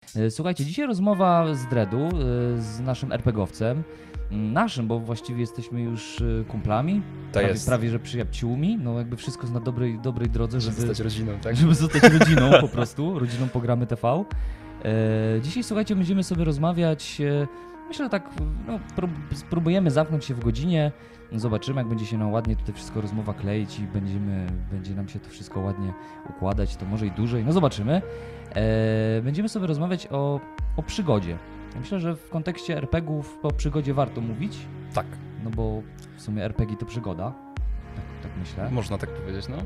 Słuchajcie, dzisiaj rozmowa z Dredu, z naszym RPGowcem. Naszym, bo właściwie jesteśmy już kumplami, prawie że przyjaciółmi, no jakby wszystko jest na dobrej drodze, żeby zostać rodziną, tak? Żeby zostać rodziną po prostu, rodziną Pogramy TV. Dzisiaj, słuchajcie, będziemy sobie rozmawiać, myślę, że tak, no, spróbujemy zamknąć się w godzinie, zobaczymy, jak będzie się nam ładnie tutaj wszystko rozmowa kleić i będzie nam się to wszystko ładnie układać, to może i dłużej, no zobaczymy. Będziemy sobie rozmawiać o przygodzie. Myślę, że w kontekście RPG-ów o przygodzie warto mówić. Tak. No bo w sumie RPG to przygoda. Tak myślę. Można tak powiedzieć, no.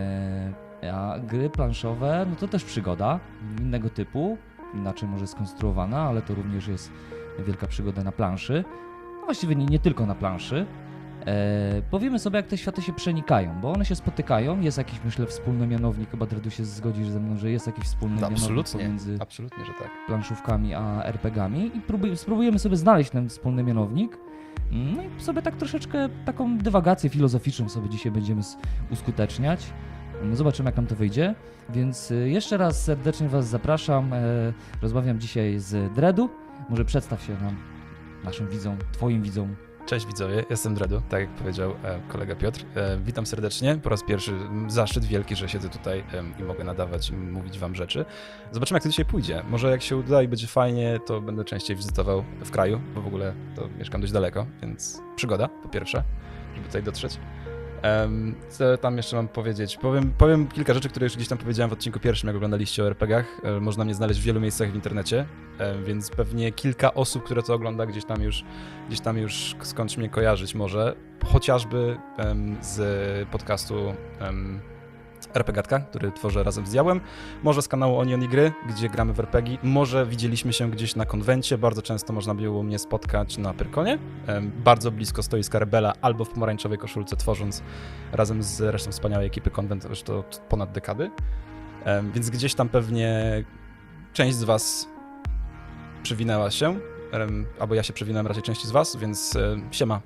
A gry planszowe, no to też przygoda innego typu. Inaczej może skonstruowana, ale to również jest wielka przygoda na planszy. No właściwie nie tylko na planszy. Powiemy sobie, jak te światy się przenikają, bo one się spotykają. Jest jakiś, myślę, wspólny mianownik. Chyba Dredu się zgodzisz ze mną, że jest jakiś wspólny mianownik pomiędzy absolutnie, że tak. planszówkami a RPG-ami i spróbujemy sobie znaleźć ten wspólny mianownik. No i sobie tak troszeczkę taką dywagację filozoficzną sobie dzisiaj będziemy uskuteczniać. Zobaczymy, jak nam to wyjdzie. Więc jeszcze raz serdecznie Was zapraszam. Rozmawiam dzisiaj z Dredu. Może przedstaw się nam, naszym widzom, Twoim widzom. Cześć widzowie, jestem Dredu, tak jak powiedział kolega Piotr. Witam serdecznie, po raz pierwszy zaszczyt wielki, że siedzę tutaj i mogę nadawać i mówić wam rzeczy. Zobaczymy, jak to dzisiaj pójdzie. Może jak się uda i będzie fajnie, to będę częściej wizytował w kraju, bo w ogóle to mieszkam dość daleko, więc przygoda po pierwsze, żeby tutaj dotrzeć. Co tam jeszcze mam powiedzieć? Powiem kilka rzeczy, które już gdzieś tam powiedziałem w odcinku pierwszym, jak oglądaliście o RPG-ach. Można mnie znaleźć w wielu miejscach w internecie, więc pewnie kilka osób, które to ogląda, gdzieś tam już skądś mnie kojarzyć może. Chociażby z podcastu RPGatka, który tworzę razem z Diabłem, może z kanału Onion i Gry, gdzie gramy w RPG, może widzieliśmy się gdzieś na konwencie, bardzo często można było mnie spotkać na Pyrkonie, bardzo blisko stoiska Rebela albo w pomarańczowej koszulce, tworząc razem z resztą wspaniałej ekipy konwent już to ponad dekady, więc gdzieś tam pewnie część z was przywinęła się, albo ja się przywinąłem raczej części z was, więc siema.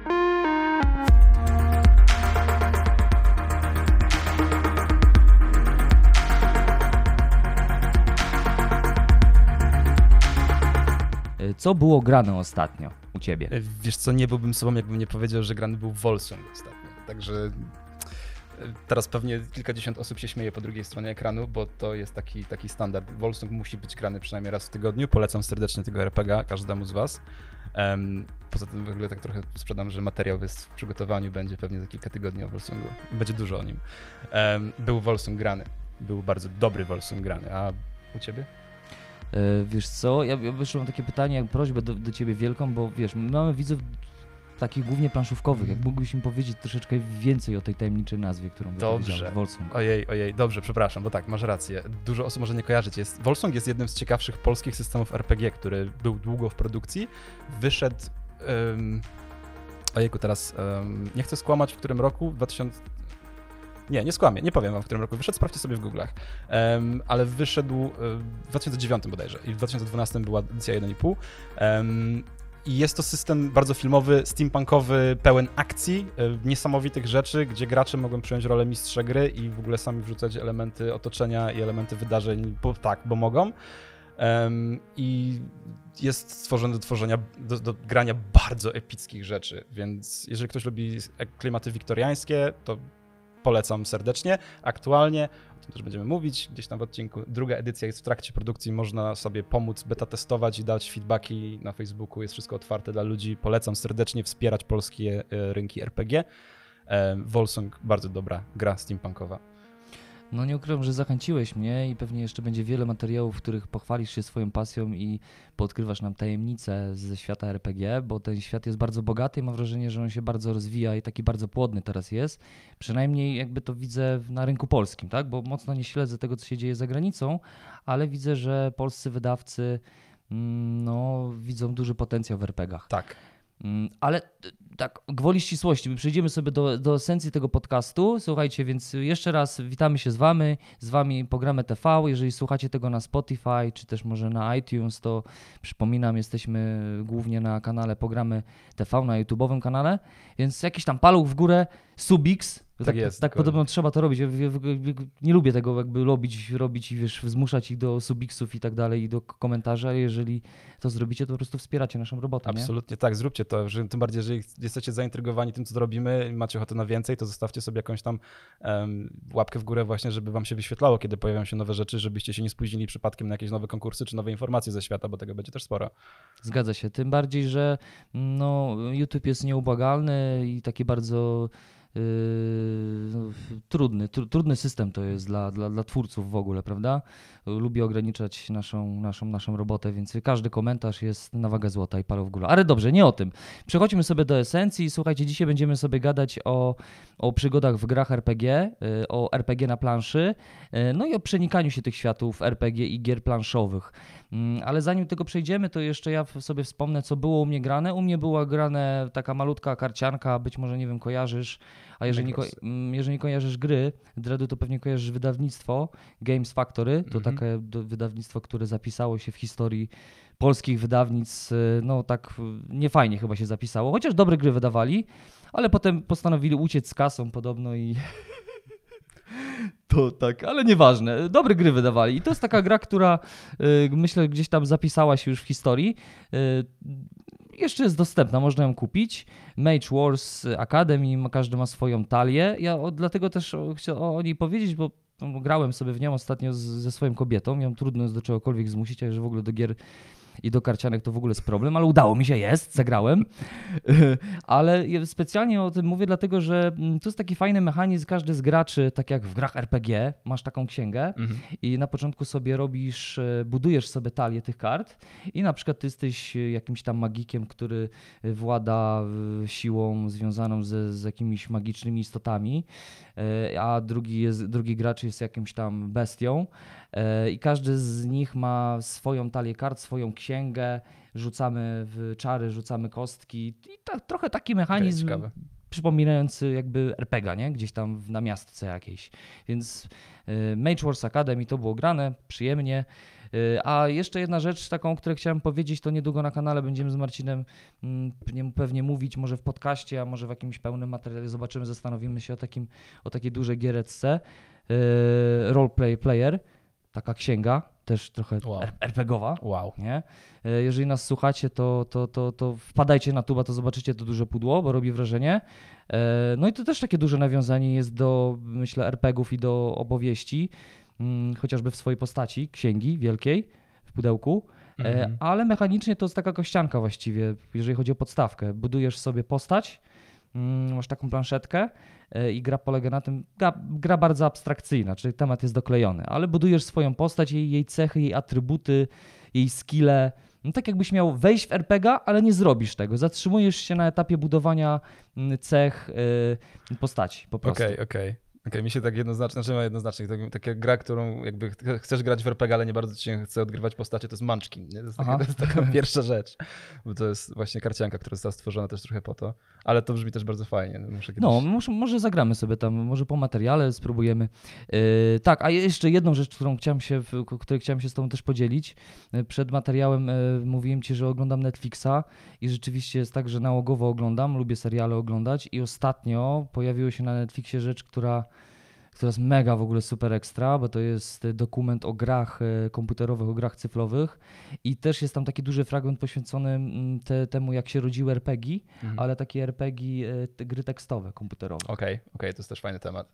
Co było grane ostatnio u ciebie? Wiesz co, nie byłbym sobą, jakbym nie powiedział, że grany był Volsung ostatnio. Także teraz pewnie kilkadziesiąt osób się śmieje po drugiej stronie ekranu, bo to jest taki standard. Volsung musi być grany przynajmniej raz w tygodniu. Polecam serdecznie tego RPG każdemu z was. Poza tym w ogóle tak trochę sprzedam, że materiał jest w przygotowaniu, będzie pewnie za kilka tygodni o Volsungu. Będzie dużo o nim. Był Volsung grany. Był bardzo dobry Volsung grany. A u ciebie? Wiesz co, ja wyszło mam takie pytanie, prośbę do ciebie wielką, bo wiesz, mamy widzów takich głównie planszówkowych, jak mógłbyś im powiedzieć troszeczkę więcej o tej tajemniczej nazwie, którą powiedziałeś, Volsung. Ojej, dobrze, przepraszam, bo tak, masz rację. Dużo osób może nie kojarzyć. Volsung jest jednym z ciekawszych polskich systemów RPG, który był długo w produkcji. Wyszedł, teraz nie chcę skłamać, w którym roku, 2000... Nie skłamię, nie powiem wam, w którym roku wyszedł, sprawdźcie sobie w Google'ach. Ale wyszedł w 2009 bodajże i w 2012 była edycja 1,5. I jest to system bardzo filmowy, steampunkowy, pełen akcji, niesamowitych rzeczy, gdzie gracze mogą przyjąć rolę mistrza gry i w ogóle sami wrzucać elementy otoczenia i elementy wydarzeń, bo mogą. I jest stworzony do grania bardzo epickich rzeczy, więc jeżeli ktoś lubi klimaty wiktoriańskie, to polecam serdecznie. Aktualnie, o tym też będziemy mówić gdzieś tam w odcinku, druga edycja jest w trakcie produkcji, można sobie pomóc beta testować i dać feedbacki na Facebooku, jest wszystko otwarte dla ludzi. Polecam serdecznie wspierać polskie rynki RPG. Volsung, bardzo dobra gra steampunkowa. No nie ukrywam, że zachęciłeś mnie i pewnie jeszcze będzie wiele materiałów, w których pochwalisz się swoją pasją i podkrywasz nam tajemnice ze świata RPG, bo ten świat jest bardzo bogaty i mam wrażenie, że on się bardzo rozwija i taki bardzo płodny teraz jest. Przynajmniej jakby to widzę na rynku polskim, tak? Bo mocno nie śledzę tego, co się dzieje za granicą, ale widzę, że polscy wydawcy widzą duży potencjał w RPG-ach. Tak. Ale tak gwoli ścisłości, przejdziemy sobie do esencji tego podcastu. Słuchajcie, więc jeszcze raz witamy się z wami Pogramy TV. Jeżeli słuchacie tego na Spotify, czy też może na iTunes, to przypominam, jesteśmy głównie na kanale Pogramy TV, na YouTube'owym kanale, więc jakiś tam paluch w górę, Subix. Tak jest, tak podobno trzeba to robić. Ja nie lubię tego jakby robić i wiesz, zmuszać ich do subiksów i tak dalej i do komentarzy, ale jeżeli to zrobicie, to po prostu wspieracie naszą robotę. Absolutnie tak, zróbcie to. Tym bardziej, jeżeli jesteście zaintrygowani tym, co robimy, macie ochotę na więcej, to zostawcie sobie jakąś tam łapkę w górę właśnie, żeby wam się wyświetlało, kiedy pojawią się nowe rzeczy, żebyście się nie spóźnili przypadkiem na jakieś nowe konkursy czy nowe informacje ze świata, bo tego będzie też sporo. Zgadza się. Tym bardziej, że no, YouTube jest nieubłagalny i taki bardzo trudny system to jest dla twórców w ogóle, prawda? Lubię ograniczać naszą robotę, więc każdy komentarz jest na wagę złota i palą w górę. Ale dobrze, nie o tym. Przechodźmy sobie do esencji. Słuchajcie, dzisiaj będziemy sobie gadać o przygodach w grach RPG, o RPG na planszy, no i o przenikaniu się tych światów RPG i gier planszowych. Ale zanim tego przejdziemy, to jeszcze ja sobie wspomnę, co było u mnie grane. U mnie była grane taka malutka karcianka, być może, nie wiem, kojarzysz, a jeżeli nie kojarzysz gry Dreadu, to pewnie kojarzysz wydawnictwo Games Factory. To takie wydawnictwo, które zapisało się w historii polskich wydawnictw, no tak niefajnie chyba się zapisało, chociaż dobre gry wydawali, ale potem postanowili uciec z kasą podobno i... To tak, ale nieważne. Dobre gry wydawali. I to jest taka gra, która myślę gdzieś tam zapisała się już w historii. Jeszcze jest dostępna, można ją kupić. Mage Wars Academy, każdy ma swoją talię. Ja dlatego też chcę o niej powiedzieć, bo grałem sobie w nią ostatnio ze swoją kobietą. Ją trudno jest do czegokolwiek zmusić, a że w ogóle do gier i do karcianek to w ogóle jest problem, ale udało mi się, zagrałem. Ale specjalnie o tym mówię, dlatego że to jest taki fajny mechanizm. Każdy z graczy, tak jak w grach RPG, masz taką księgę i na początku sobie budujesz sobie talię tych kart i na przykład ty jesteś jakimś tam magikiem, który włada siłą związaną z jakimiś magicznymi istotami, a drugi gracz jest jakimś tam bestią. I każdy z nich ma swoją talię kart, swoją księgę, rzucamy w czary, rzucamy kostki i trochę taki mechanizm przypominający jakby RPG, nie? Gdzieś tam na miastce jakiejś. Więc Mage Wars Academy to było grane, przyjemnie. A jeszcze jedna rzecz taką, o której chciałem powiedzieć, to niedługo na kanale będziemy z Marcinem pewnie mówić, może w podcaście, a może w jakimś pełnym materiale, zobaczymy, zastanowimy się o takiej dużej giereczce. Roleplay Player. Taka księga, też trochę RPGowa. Wow. Nie? Jeżeli nas słuchacie, to wpadajcie na tuba, to zobaczycie to duże pudło, bo robi wrażenie. No i to też takie duże nawiązanie jest do, myślę, RPGów i do opowieści, chociażby w swojej postaci, księgi wielkiej w pudełku. Ale mechanicznie to jest taka kościanka właściwie, jeżeli chodzi o podstawkę. Budujesz sobie postać, masz taką planszetkę i gra polega na tym, gra bardzo abstrakcyjna, czyli temat jest doklejony, ale budujesz swoją postać, jej cechy, jej atrybuty, jej skille. No tak jakbyś miał wejść w RPG, ale nie zrobisz tego. Zatrzymujesz się na etapie budowania cech postaci po prostu. Okej, mi się tak jednoznacznie, taka gra, którą jakby chcesz grać w RPG, ale nie bardzo ci się chce odgrywać postacie, to jest Munchkin. Nie? To jest taka pierwsza rzecz, bo to jest właśnie karcianka, która została stworzona też trochę po to, ale to brzmi też bardzo fajnie. Może zagramy sobie tam, może po materiale spróbujemy. Tak, a jeszcze jedną rzecz, której chciałem się z tobą też podzielić. Przed materiałem mówiłem ci, że oglądam Netflixa i rzeczywiście jest tak, że nałogowo oglądam, lubię seriale oglądać i ostatnio pojawiła się na Netflixie rzecz, która jest mega w ogóle super ekstra, bo to jest dokument o grach komputerowych, o grach cyfrowych i też jest tam taki duży fragment poświęcony temu, jak się rodziły RPG, ale takie RPG, gry tekstowe, komputerowe. Okej, to jest też fajny temat.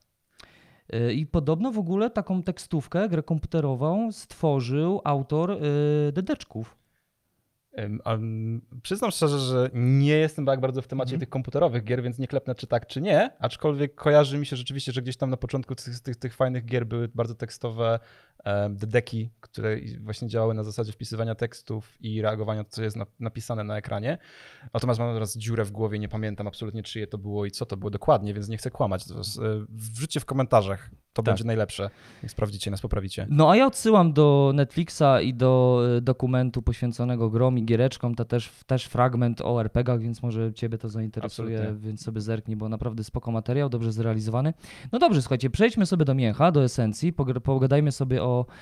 I podobno w ogóle taką tekstówkę, grę komputerową stworzył autor Dedeczków. Przyznam szczerze, że nie jestem tak bardzo w temacie tych komputerowych gier, więc nie klepnę czy tak, czy nie, aczkolwiek kojarzy mi się rzeczywiście, że gdzieś tam na początku tych fajnych gier były bardzo tekstowe te deki, które właśnie działały na zasadzie wpisywania tekstów i reagowania na to, co jest napisane na ekranie. Natomiast mam teraz dziurę w głowie, nie pamiętam absolutnie, czyje to było i co to było dokładnie, więc nie chcę kłamać. Wrzućcie w komentarzach, to będzie najlepsze. Jak sprawdzicie, nas poprawicie. No a ja odsyłam do Netflixa i do dokumentu poświęconego grom i giereczkom, to też fragment o RPG-ach, więc może ciebie to zainteresuje, Absolutnie. więc sobie zerknij, bo naprawdę spoko materiał, dobrze zrealizowany. No dobrze, słuchajcie, przejdźmy sobie do mięcha, do esencji, pogadajmy sobie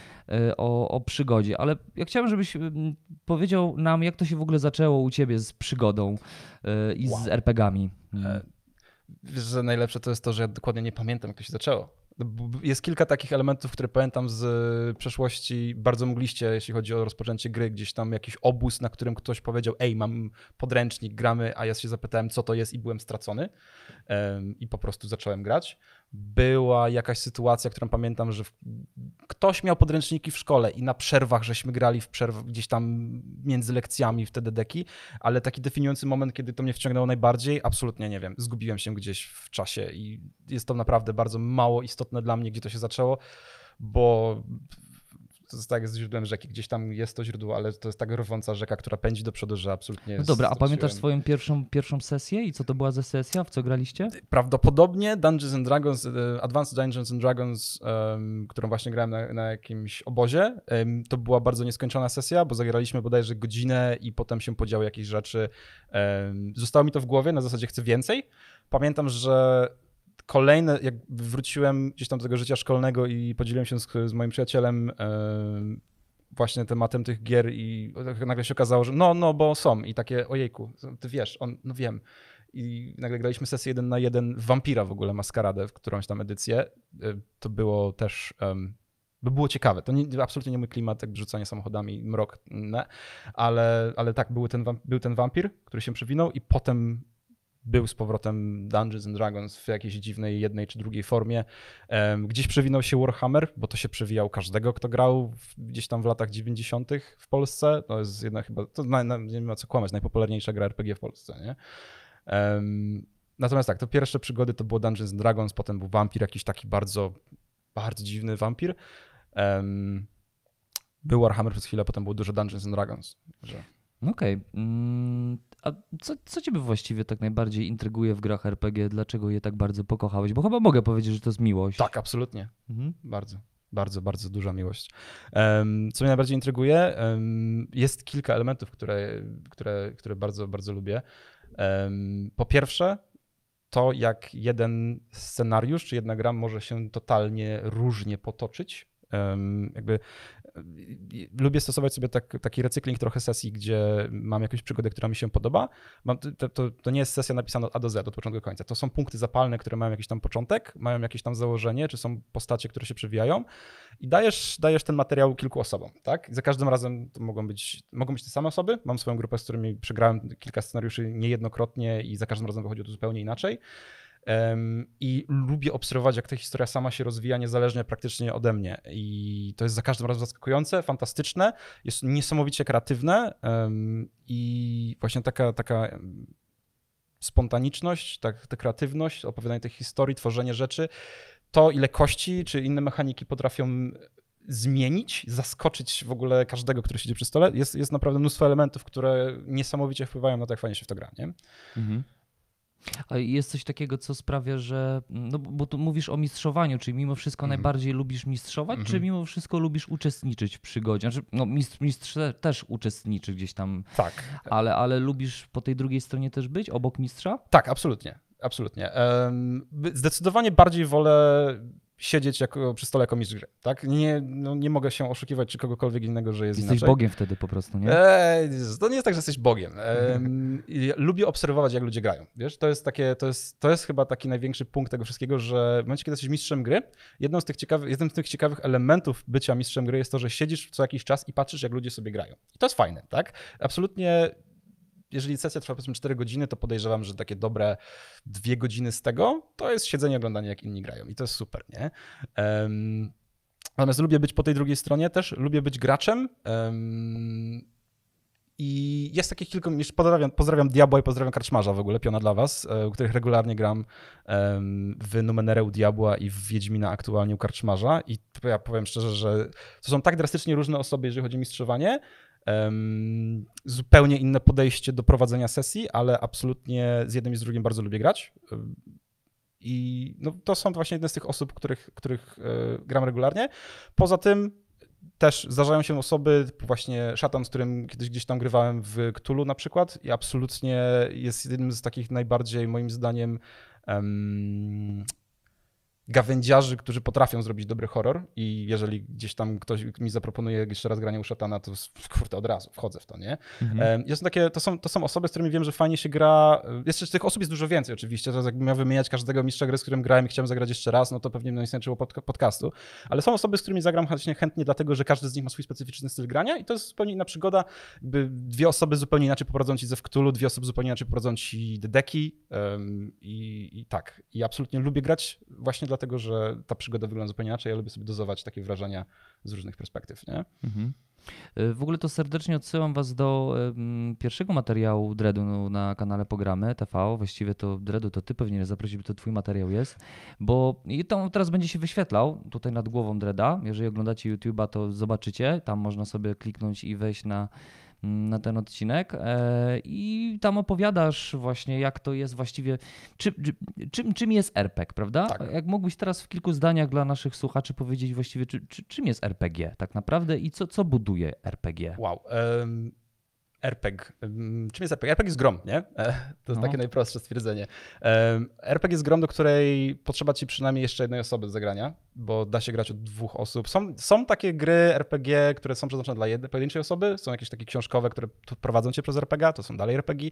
o przygodzie, ale ja chciałem, żebyś powiedział nam, jak to się w ogóle zaczęło u ciebie z przygodą i z RPG-ami. Wiesz, że najlepsze to jest to, że ja dokładnie nie pamiętam, jak to się zaczęło. Jest kilka takich elementów, które pamiętam z przeszłości bardzo mgliście, jeśli chodzi o rozpoczęcie gry. Gdzieś tam jakiś obóz, na którym ktoś powiedział: ej, mam podręcznik, gramy, a ja się zapytałem, co to jest i byłem stracony. I po prostu zacząłem grać. Była jakaś sytuacja, którą pamiętam, że ktoś miał podręczniki w szkole i na przerwach żeśmy grali gdzieś tam między lekcjami w te deki, ale taki definiujący moment, kiedy to mnie wciągnęło najbardziej, absolutnie nie wiem, zgubiłem się gdzieś w czasie i jest to naprawdę bardzo mało istotne dla mnie, gdzie to się zaczęło, bo to jest tak jak z źródłem rzeki, gdzieś tam jest to źródło, ale to jest tak rwąca rzeka, która pędzi do przodu, że absolutnie... No dobra, a pamiętasz straciłem. swoją pierwszą sesję i co to była za sesja, w co graliście? Prawdopodobnie Dungeons and Dragons, Advanced Dungeons and Dragons, którą właśnie grałem na jakimś obozie, to była bardzo nieskończona sesja, bo zagraliśmy bodajże godzinę i potem się podziały jakieś rzeczy. Zostało mi to w głowie, na zasadzie chcę więcej. Pamiętam, że kolejne, jak wróciłem gdzieś tam do tego życia szkolnego i podzieliłem się z moim przyjacielem właśnie tematem tych gier i nagle się okazało, że no, bo są i takie, ojejku, ty wiesz, no wiem. I nagle graliśmy sesję 1 na 1 w Vampira w ogóle, Maskaradę, w którąś tam edycję. To było też, by było ciekawe. To absolutnie nie mój klimat, jak rzucanie samochodami, mrok, ale tak, był ten wampir, który się przewinął i potem był z powrotem Dungeons and Dragons w jakiejś dziwnej jednej czy drugiej formie. Gdzieś przewinął się Warhammer, bo to się przewijał każdego, kto grał gdzieś tam w latach 90. w Polsce. To jest jedna chyba, nie ma co kłamać, najpopularniejsza gra RPG w Polsce, nie? Natomiast tak, to pierwsze przygody to było Dungeons and Dragons, potem był wampir, jakiś taki bardzo, bardzo dziwny wampir. Był Warhammer przez chwilę, potem było dużo Dungeons and Dragons. Okej. A co ciebie właściwie tak najbardziej intryguje w grach RPG? Dlaczego je tak bardzo pokochałeś? Bo chyba mogę powiedzieć, że to jest miłość. Tak, absolutnie. Mhm. Bardzo. Bardzo, bardzo duża miłość. Co mnie najbardziej intryguje, jest kilka elementów, które bardzo, bardzo lubię. Po pierwsze, to jak jeden scenariusz czy jedna gra może się totalnie różnie potoczyć. Jakby lubię stosować sobie taki recykling trochę sesji, gdzie mam jakąś przygodę, która mi się podoba. To nie jest sesja napisana od A do Z, od początku do końca. To są punkty zapalne, które mają jakiś tam początek, mają jakieś tam założenie, czy są postacie, które się przewijają i dajesz ten materiał kilku osobom, tak? I za każdym razem to mogą być te same osoby. Mam swoją grupę, z którymi przegrałem kilka scenariuszy niejednokrotnie i za każdym razem wychodziło to zupełnie inaczej. I lubię obserwować, jak ta historia sama się rozwija, niezależnie praktycznie ode mnie. I to jest za każdym razem zaskakujące, fantastyczne, jest niesamowicie kreatywne i właśnie taka spontaniczność, ta kreatywność, opowiadanie tych historii, tworzenie rzeczy, to ile kości czy inne mechaniki potrafią zmienić, zaskoczyć w ogóle każdego, kto siedzi przy stole. Jest naprawdę mnóstwo elementów, które niesamowicie wpływają na to, jak fajnie się w to gra, nie? Mhm. A jest coś takiego, co sprawia, że. No bo tu mówisz o mistrzowaniu, czyli mimo wszystko najbardziej lubisz mistrzować, czy mimo wszystko lubisz uczestniczyć w przygodzie? Znaczy, no mistrz też uczestniczy gdzieś tam, Tak. ale lubisz po tej drugiej stronie też być, obok mistrza? Tak, absolutnie. Absolutnie. Zdecydowanie bardziej wolę siedzieć przy stole jako mistrz gry. Tak? Nie mogę się oszukiwać czy kogokolwiek innego, że jest Jesteś inaczej. Bogiem wtedy po prostu, nie? To nie jest tak, że jesteś Bogiem. Lubię obserwować, jak ludzie grają. Wiesz, to jest chyba taki największy punkt tego wszystkiego, że w momencie, kiedy jesteś mistrzem gry, jednym z tych ciekawych elementów bycia mistrzem gry jest to, że siedzisz co jakiś czas i patrzysz, jak ludzie sobie grają. I to jest fajne, tak? Absolutnie. Jeżeli sesja trwa powiedzmy 4 godziny, to podejrzewam, że takie dobre 2 godziny z tego to jest siedzenie, oglądanie, jak inni grają. I to jest super, nie? Natomiast lubię być po tej drugiej stronie też, lubię być graczem I jest takich kilku, już pozdrawiam Diabła i pozdrawiam Karczmarza w ogóle, piona dla was, u których regularnie gram w Numenere u Diabła i w Wiedźmina aktualnie u Karczmarza. I ja powiem szczerze, że to są tak drastycznie różne osoby, jeżeli chodzi o mistrzowanie. Zupełnie inne podejście do prowadzenia sesji, ale absolutnie z jednym i z drugim bardzo lubię grać. I no, to są właśnie jedne z tych osób, których gram regularnie. Poza tym też zdarzają się osoby, typu właśnie Szatan, z którym kiedyś gdzieś tam grywałem w Cthulhu na przykład i absolutnie jest jednym z takich najbardziej moim zdaniem gawędziarzy, którzy potrafią zrobić dobry horror i jeżeli gdzieś tam ktoś mi zaproponuje jeszcze raz granie u Szatana, to kurde, od razu wchodzę w to, nie? To są osoby, z którymi wiem, że fajnie się gra. Jeszcze tych osób jest dużo więcej oczywiście, to jakbym miał wymieniać każdego mistrza gry, z którym grałem i chciałem zagrać jeszcze raz, no to pewnie mnie nie skończyło podcastu, ale są osoby, z którymi zagram chętnie dlatego, że każdy z nich ma swój specyficzny styl grania i to jest zupełnie inna przygoda. Jakby dwie osoby zupełnie inaczej poprowadzą ci ze Cthulhu, dwie osoby zupełnie inaczej poprowadzą ci The Deki i tak. I absolutnie lubię grać właśnie dlatego, że ta przygoda wygląda zupełnie inaczej. Ja lubię sobie dozować takie wrażenia z różnych perspektyw, nie? W ogóle to serdecznie odsyłam was do pierwszego materiału Dreadu na kanale Pogramy TV. Właściwie to Dreadu to ty pewnie zaprosił, bo to twój materiał jest. Bo i to teraz będzie się wyświetlał tutaj nad głową Dreada. Jeżeli oglądacie YouTube'a, to zobaczycie. Tam można sobie kliknąć i wejść na ten odcinek i tam opowiadasz właśnie, jak to jest właściwie, czym jest RPG, prawda? Tak. Jak mógłbyś teraz w kilku zdaniach dla naszych słuchaczy powiedzieć właściwie, czym jest RPG tak naprawdę i co buduje RPG? Wow. RPG. Czym jest RPG? RPG jest grom, nie? To jest takie najprostsze stwierdzenie. RPG jest grom, do której potrzeba ci przynajmniej jeszcze jednej osoby do zagrania, bo da się grać od dwóch osób. Są takie gry RPG, które są przeznaczone dla jednej pojedynczej osoby, są jakieś takie książkowe, które prowadzą cię przez RPG, to są dalej RPG,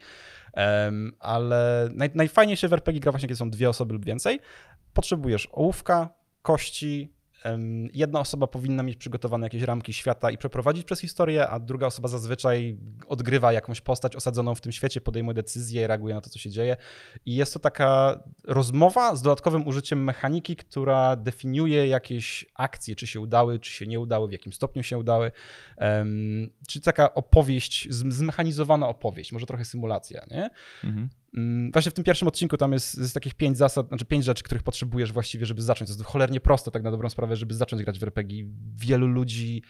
ale najfajniej się w RPG gra właśnie, kiedy są dwie osoby lub więcej. Potrzebujesz ołówka, kości. Jedna osoba powinna mieć przygotowane jakieś ramki świata i przeprowadzić przez historię, a druga osoba zazwyczaj odgrywa jakąś postać osadzoną w tym świecie, podejmuje decyzje, reaguje na to, co się dzieje. I jest to taka rozmowa z dodatkowym użyciem mechaniki, która definiuje jakieś akcje, czy się udały, czy się nie udały, w jakim stopniu się udały. Czyli taka opowieść, zmechanizowana opowieść, może trochę symulacja, nie? Właśnie w tym pierwszym odcinku tam jest takich 5 zasad, znaczy 5 rzeczy, których potrzebujesz właściwie, żeby zacząć. To jest cholernie proste tak na dobrą sprawę, żeby zacząć grać w RPG. Wielu ludzi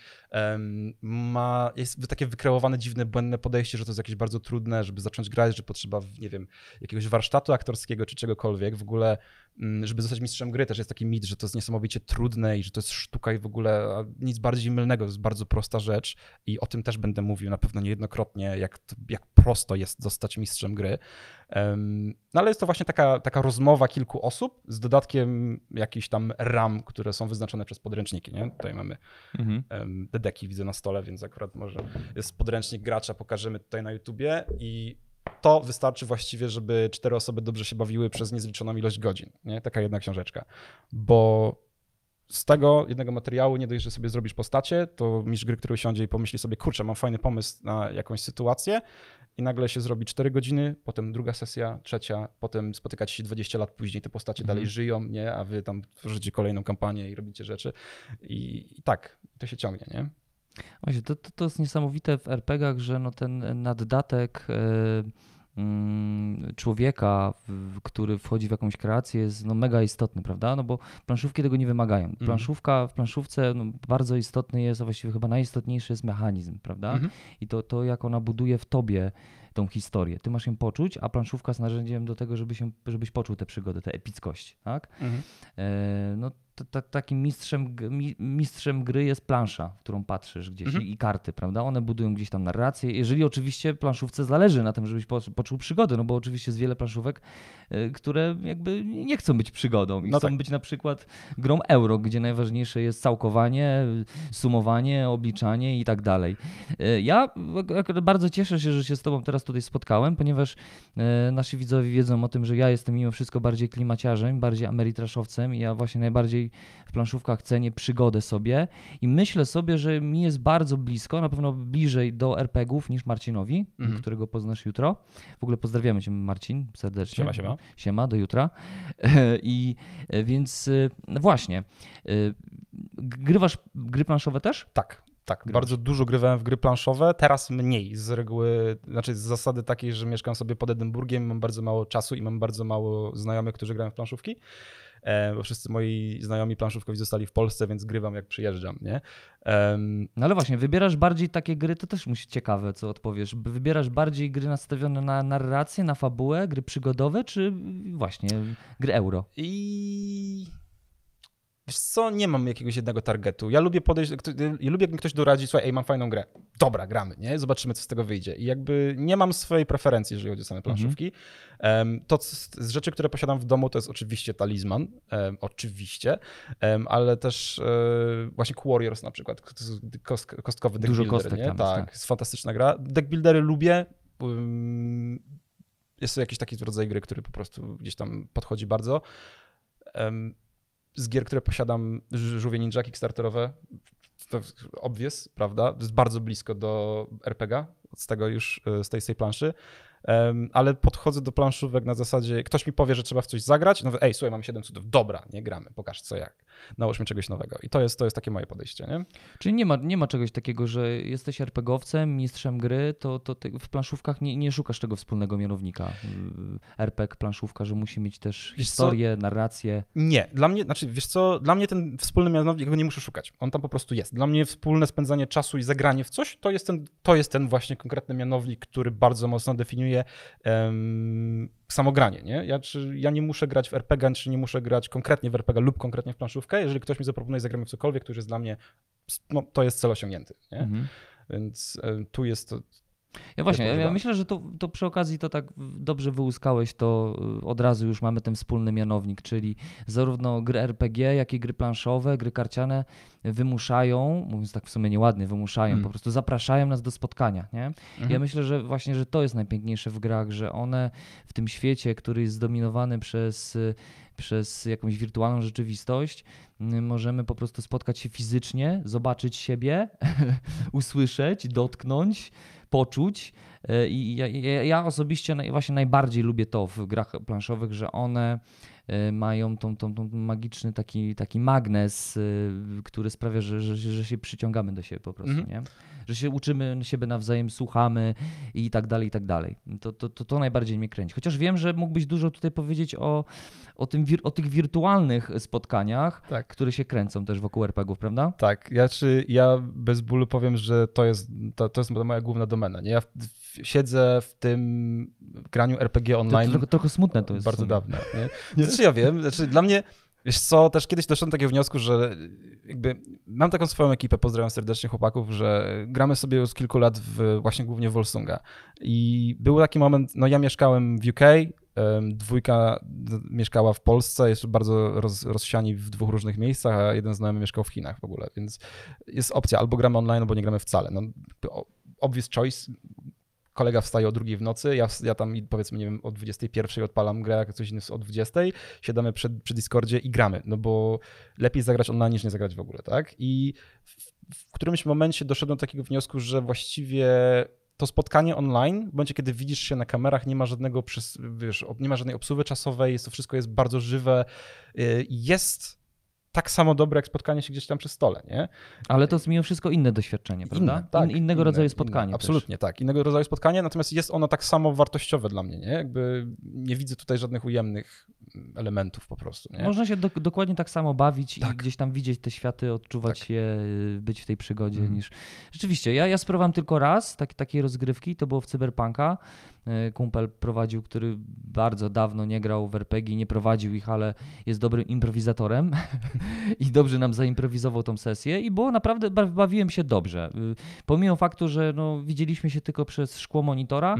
jest takie wykreowane, dziwne, błędne podejście, że to jest jakieś bardzo trudne, żeby zacząć grać, że potrzeba, nie wiem, jakiegoś warsztatu aktorskiego czy czegokolwiek. W ogóle, żeby zostać mistrzem gry, też jest taki mit, że to jest niesamowicie trudne i że to jest sztuka i w ogóle nic bardziej mylnego. To jest bardzo prosta rzecz i o tym też będę mówił na pewno niejednokrotnie, jak prosto jest zostać mistrzem gry. No ale jest to właśnie taka rozmowa kilku osób z dodatkiem jakichś tam ram, które są wyznaczone przez podręczniki. Nie? Tutaj mamy te deki, widzę na stole, więc akurat może jest podręcznik gracza, pokażemy tutaj na YouTubie i to wystarczy właściwie, żeby 4 osoby dobrze się bawiły przez niezliczoną ilość godzin. Nie? Taka jedna książeczka. Bo z tego jednego materiału nie dość, że sobie zrobisz postacie, to mistrz gry, który usiądzie i pomyśli sobie, kurczę, mam fajny pomysł na jakąś sytuację i nagle się zrobi 4 godziny, potem druga sesja, trzecia, potem spotykacie się 20 lat później, te postacie dalej żyją, nie? A wy tam tworzycie kolejną kampanię i robicie rzeczy i tak, to się ciągnie, nie? Właśnie, to jest niesamowite w RPG-ach, że no ten naddatek człowieka, który wchodzi w jakąś kreację, jest no mega istotny, prawda? No bo planszówki tego nie wymagają. W planszówce no bardzo istotny jest, a właściwie chyba najistotniejszy jest mechanizm, prawda? I to jak ona buduje w tobie tą historię. Ty masz ją poczuć, a planszówka jest narzędziem do tego, żebyś poczuł tę przygodę, tę epickość, tak? No takim mistrzem gry jest plansza, w którą patrzysz gdzieś i karty, prawda? One budują gdzieś tam narrację. Jeżeli oczywiście planszówce zależy na tym, żebyś poczuł przygodę, no bo oczywiście jest wiele planszówek, które jakby nie chcą być przygodą i chcą być na przykład grą euro, gdzie najważniejsze jest całkowanie, sumowanie, obliczanie i tak dalej. Ja bardzo cieszę się, że się z tobą teraz tutaj spotkałem, ponieważ nasi widzowie wiedzą o tym, że ja jestem mimo wszystko bardziej klimaciarzem, bardziej amerytraszowcem i ja właśnie najbardziej w planszówkach cenię przygodę sobie i myślę sobie, że mi jest bardzo blisko, na pewno bliżej do RPG-ów niż Marcinowi, którego poznasz jutro. W ogóle pozdrawiamy cię, Marcin, serdecznie. Siema. Siema, do jutra. I więc właśnie, grywasz gry planszowe też? Tak. Tak, Grasz. bardzo dużo grywałem w gry planszowe, teraz mniej z reguły, znaczy z zasady takiej, że mieszkam sobie pod Edynburgiem, mam bardzo mało czasu i mam bardzo mało znajomych, którzy grają w planszówki, bo wszyscy moi znajomi planszówkowi zostali w Polsce, więc grywam jak przyjeżdżam, nie? No ale właśnie, wybierasz bardziej takie gry, to też musi ciekawe, co odpowiesz. Wybierasz bardziej gry nastawione na narrację, na fabułę, gry przygodowe, czy właśnie gry euro? I wiesz co, nie mam jakiegoś jednego targetu. Ja lubię podejść, ja lubię jak mi ktoś doradzi, słuchaj, ej, mam fajną grę. Dobra, gramy, nie? Zobaczymy, co z tego wyjdzie. I jakby nie mam swojej preferencji, jeżeli chodzi o same planszówki. To z rzeczy, które posiadam w domu, to jest oczywiście Talizman, oczywiście, ale też właśnie Warriors na przykład, to jest kostkowy deck Dużo builder, kostek nie? tam jest, Tak, tak. jest fantastyczna gra. Deck buildery lubię. Jest to jakiś taki rodzaj gry, który po prostu gdzieś tam podchodzi bardzo. Z gier, które posiadam, Żółwie Ninja Kickstarterowe, to obvious, prawda? To jest bardzo blisko do RPG, z tej planszy. Ale podchodzę do planszówek na zasadzie, ktoś mi powie, że trzeba w coś zagrać, no ej, słuchaj, mam 7 cudów, dobra, nie gramy, pokaż co jak, nałóż mi czegoś nowego. I to jest takie moje podejście, nie? Czyli nie ma czegoś takiego, że jesteś RPGowcem, mistrzem gry, to ty w planszówkach nie szukasz tego wspólnego mianownika. RPG, planszówka, że musi mieć też Wiesz historię, narrację. Nie, dla mnie, znaczy wiesz co, dla mnie ten wspólny mianownik, go nie muszę szukać, on tam po prostu jest. Dla mnie wspólne spędzanie czasu i zagranie w coś, to jest ten właśnie konkretny mianownik, który bardzo mocno definiuje samogranie, nie? Ja nie muszę grać w RPG, czy nie muszę grać konkretnie w RPG lub konkretnie w planszówkę, jeżeli ktoś mi zaproponuje, zagramy w cokolwiek, to już jest dla mnie, no to jest cel osiągnięty, nie? Mhm. Więc tu jest to. Ja właśnie, ja używam. myślę, że to przy okazji to tak dobrze wyłuskałeś, to od razu już mamy ten wspólny mianownik, czyli zarówno gry RPG, jak i gry planszowe, gry karciane wymuszają, mówiąc tak w sumie nieładnie, wymuszają, po prostu zapraszają nas do spotkania, nie? Ja myślę, że właśnie, że to jest najpiękniejsze w grach, że one w tym świecie, który jest zdominowany przez jakąś wirtualną rzeczywistość, możemy po prostu spotkać się fizycznie, zobaczyć siebie, usłyszeć, dotknąć, poczuć. I ja osobiście właśnie najbardziej lubię to w grach planszowych, że one mają tą magiczny taki magnes, który sprawia, że się przyciągamy do siebie po prostu, nie? Że się uczymy siebie nawzajem, słuchamy i tak dalej, i tak dalej. To najbardziej mnie kręci. Chociaż wiem, że mógłbyś dużo tutaj powiedzieć o tych wirtualnych spotkaniach, Tak. które się kręcą też wokół RPG-ów, prawda? Tak, ja bez bólu powiem, że to jest moja główna domena. Nie? Ja siedzę w tym graniu RPG online. To trochę smutne to jest. Bardzo dawno. Nie? Znaczy ja wiem, dla mnie, wiesz co, też kiedyś doszedłem do takiego wniosku, że jakby mam taką swoją ekipę, pozdrawiam serdecznie chłopaków, że gramy sobie już kilku lat właśnie głównie w Volsunga. I był taki moment, no ja mieszkałem w UK, dwójka mieszkała w Polsce, jest bardzo rozsiani w dwóch różnych miejscach, a jeden znajomy mieszkał w Chinach w ogóle, więc jest opcja, albo gramy online, albo nie gramy wcale. No, obvious choice. Kolega wstaje o 2 w nocy, ja tam powiedzmy, nie wiem, o 21 odpalam grę, jak coś innego o 20, siadamy przy Discordzie i gramy, no bo lepiej zagrać online niż nie zagrać w ogóle, tak? I w którymś momencie doszedłem do takiego wniosku, że właściwie to spotkanie online, w momencie, kiedy widzisz się na kamerach, nie ma nie ma żadnej obsługi czasowej, to wszystko jest bardzo żywe, jest tak samo dobre, jak spotkanie się gdzieś tam przy stole, nie? Ale to jest mimo wszystko inne doświadczenie, prawda? Innego rodzaju spotkanie. Absolutnie, tak. Innego rodzaju spotkanie, natomiast jest ono tak samo wartościowe dla mnie, nie? Jakby nie widzę tutaj żadnych ujemnych elementów po prostu, nie? Można się dokładnie tak samo bawić i gdzieś tam widzieć te światy, odczuwać je, być w tej przygodzie niż... Rzeczywiście, ja spróbowałem tylko raz takiej rozgrywki, to było w Cyberpunka. Kumpel prowadził, który bardzo dawno nie grał w RPG, nie prowadził ich, ale jest dobrym improwizatorem i dobrze nam zaimprowizował tą sesję i było naprawdę, bawiłem się dobrze. Pomimo faktu, że no, widzieliśmy się tylko przez szkło monitora,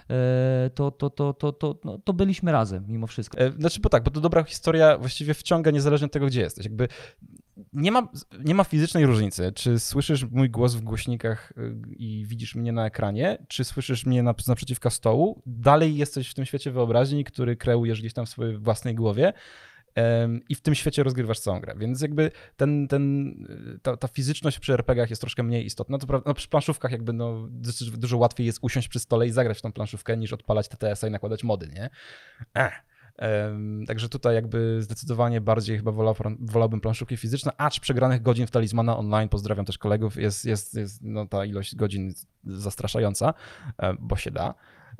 to byliśmy razem mimo wszystko. Znaczy, bo to dobra historia właściwie wciąga niezależnie od tego, gdzie jesteś. Jakby nie ma fizycznej różnicy, czy słyszysz mój głos w głośnikach i widzisz mnie na ekranie, czy słyszysz mnie naprzeciwka stołu, dalej jesteś w tym świecie wyobraźni, który kreujesz gdzieś tam w swojej własnej głowie i w tym świecie rozgrywasz całą grę. Więc jakby ta fizyczność przy RPG-ach jest troszkę mniej istotna. To prawda, przy planszówkach jakby dużo łatwiej jest usiąść przy stole i zagrać w tą planszówkę, niż odpalać TTS-a i nakładać mody, nie? Także tutaj jakby zdecydowanie bardziej chyba wolałbym planszówki fizyczne, acz przegranych godzin w Talizmana online, pozdrawiam też kolegów, jest no, ta ilość godzin zastraszająca, bo się da.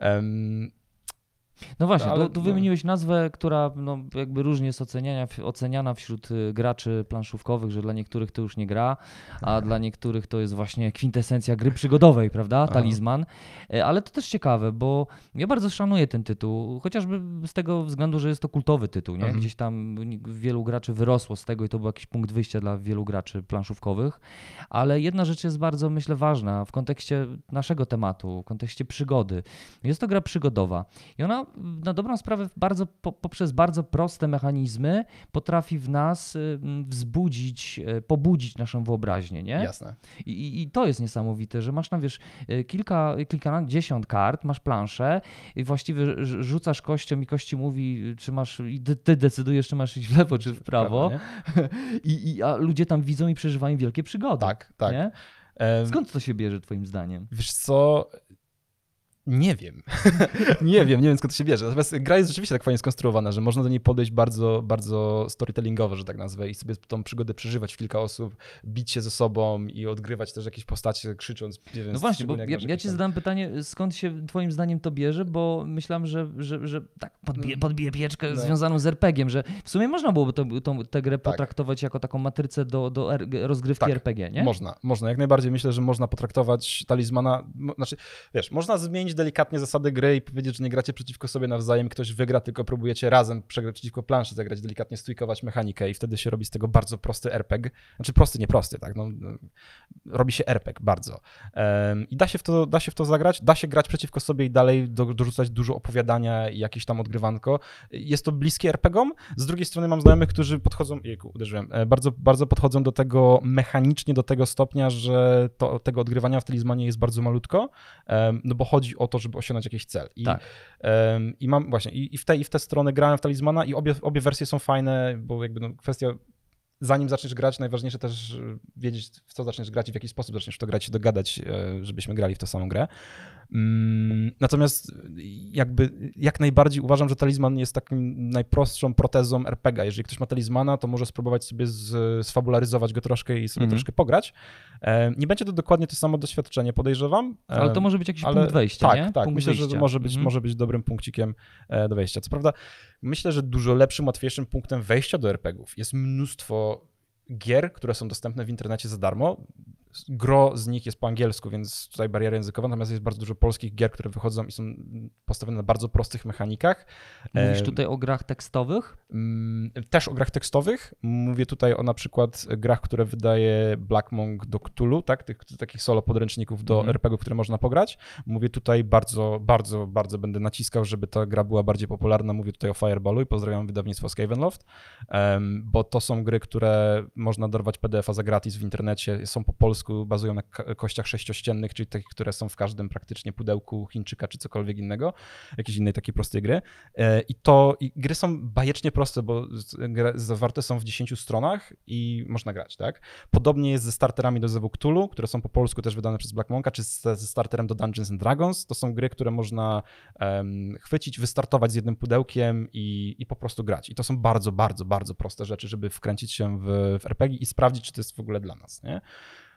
No właśnie, ale tu wymieniłeś nazwę, która no, jakby różnie jest oceniana wśród graczy planszówkowych, że dla niektórych to już nie gra, a dla niektórych to jest właśnie kwintesencja gry przygodowej, prawda? Talizman. Ale to też ciekawe, bo ja bardzo szanuję ten tytuł, chociażby z tego względu, że jest to kultowy tytuł, nie? Gdzieś tam wielu graczy wyrosło z tego i to był jakiś punkt wyjścia dla wielu graczy planszówkowych. Ale jedna rzecz jest bardzo, myślę, ważna w kontekście naszego tematu, w kontekście przygody. Jest to gra przygodowa i ona na dobrą sprawę poprzez bardzo proste mechanizmy potrafi w nas pobudzić naszą wyobraźnię, nie? Jasne. I to jest niesamowite, że masz tam, wiesz, kilkadziesiąt kart, masz planszę i właściwie rzucasz kością i kości mówi, czy masz, i ty decydujesz, czy masz iść w lewo, czy w prawo. A ludzie tam widzą i przeżywają wielkie przygody. Tak, tak. Nie? Skąd to się bierze twoim zdaniem? Wiesz co... Nie wiem. nie wiem skąd to się bierze. Natomiast gra jest rzeczywiście tak fajnie skonstruowana, że można do niej podejść bardzo, bardzo storytellingowo, że tak nazwę, i sobie tą przygodę przeżywać w kilka osób, bić się ze sobą i odgrywać też jakieś postacie, krzycząc. Nie wiem, no właśnie, bo ja ci zadam pytanie, skąd się twoim zdaniem to bierze, bo myślałem, że tak podbiję pieczkę związaną z RPG-iem, że w sumie można byłoby tę grę potraktować jako taką matrycę do rozgrywki RPG, nie? Można. Jak najbardziej myślę, że można potraktować Talizmana, znaczy, wiesz, można zmienić delikatnie zasady gry i powiedzieć, że nie gracie przeciwko sobie nawzajem, ktoś wygra, tylko próbujecie razem przegrać przeciwko planszy, zagrać delikatnie, stwikować mechanikę i wtedy się robi z tego bardzo prosty RPG. Znaczy prosty, nie prosty, tak? No, robi się RPG bardzo. I da się w to zagrać, da się grać przeciwko sobie i dalej dorzucać dużo opowiadania i jakieś tam odgrywanko. Jest to bliskie RPG-om. Z drugiej strony mam znajomych, którzy podchodzą, uderzyłem, bardzo, bardzo podchodzą do tego mechanicznie, do tego stopnia, że tego odgrywania w Talizmanie jest bardzo malutko, no bo chodzi o to, żeby osiągnąć jakiś cel. I mam właśnie, i w tę stronę grałem w Talizmana i obie wersje są fajne, bo jakby no kwestia, zanim zaczniesz grać, najważniejsze też wiedzieć, w co zaczniesz grać i w jaki sposób zaczniesz w to grać i dogadać, żebyśmy grali w tę samą grę. Natomiast jakby jak najbardziej uważam, że Talizman jest takim najprostszą protezą RPG. Jeżeli ktoś ma Talizmana, to może spróbować sobie sfabularyzować go troszkę i sobie troszkę pograć. Nie będzie to dokładnie to samo doświadczenie, podejrzewam. Ale to może być jakiś punkt wejścia, nie? Tak, punkt myślę, wyjścia. że może być dobrym punkcikiem do wejścia. Co prawda, myślę, że dużo lepszym, łatwiejszym punktem wejścia do RPG-ów jest mnóstwo gier, które są dostępne w internecie za darmo. Gro z nich jest po angielsku, więc tutaj bariera językowa, natomiast jest bardzo dużo polskich gier, które wychodzą i są postawione na bardzo prostych mechanikach. Mówisz tutaj o grach tekstowych? Też o grach tekstowych. Mówię tutaj o na przykład grach, które wydaje Black Monk do Cthulhu, tak? Takich solo podręczników do RPG-ów, które można pograć. Mówię tutaj bardzo, bardzo, bardzo będę naciskał, żeby ta gra była bardziej popularna. Mówię tutaj o Fireballu i pozdrawiam wydawnictwo Skavenloft, bo to są gry, które można dorwać PDF-a za gratis w internecie, są po polsku, bazują na kościach sześciościennych, czyli takich, które są w każdym praktycznie pudełku Chińczyka czy cokolwiek innego, jakiejś innej takiej prostej gry. I gry są bajecznie proste, bo zawarte są w 10 stronach i można grać, tak? Podobnie jest ze starterami do Zewu Cthulhu, które są po polsku też wydane przez Black Monka, czy ze starterem do Dungeons and Dragons. To są gry, które można chwycić, wystartować z jednym pudełkiem i po prostu grać. I to są bardzo, bardzo, bardzo proste rzeczy, żeby wkręcić się w RPG i sprawdzić, czy to jest w ogóle dla nas, nie?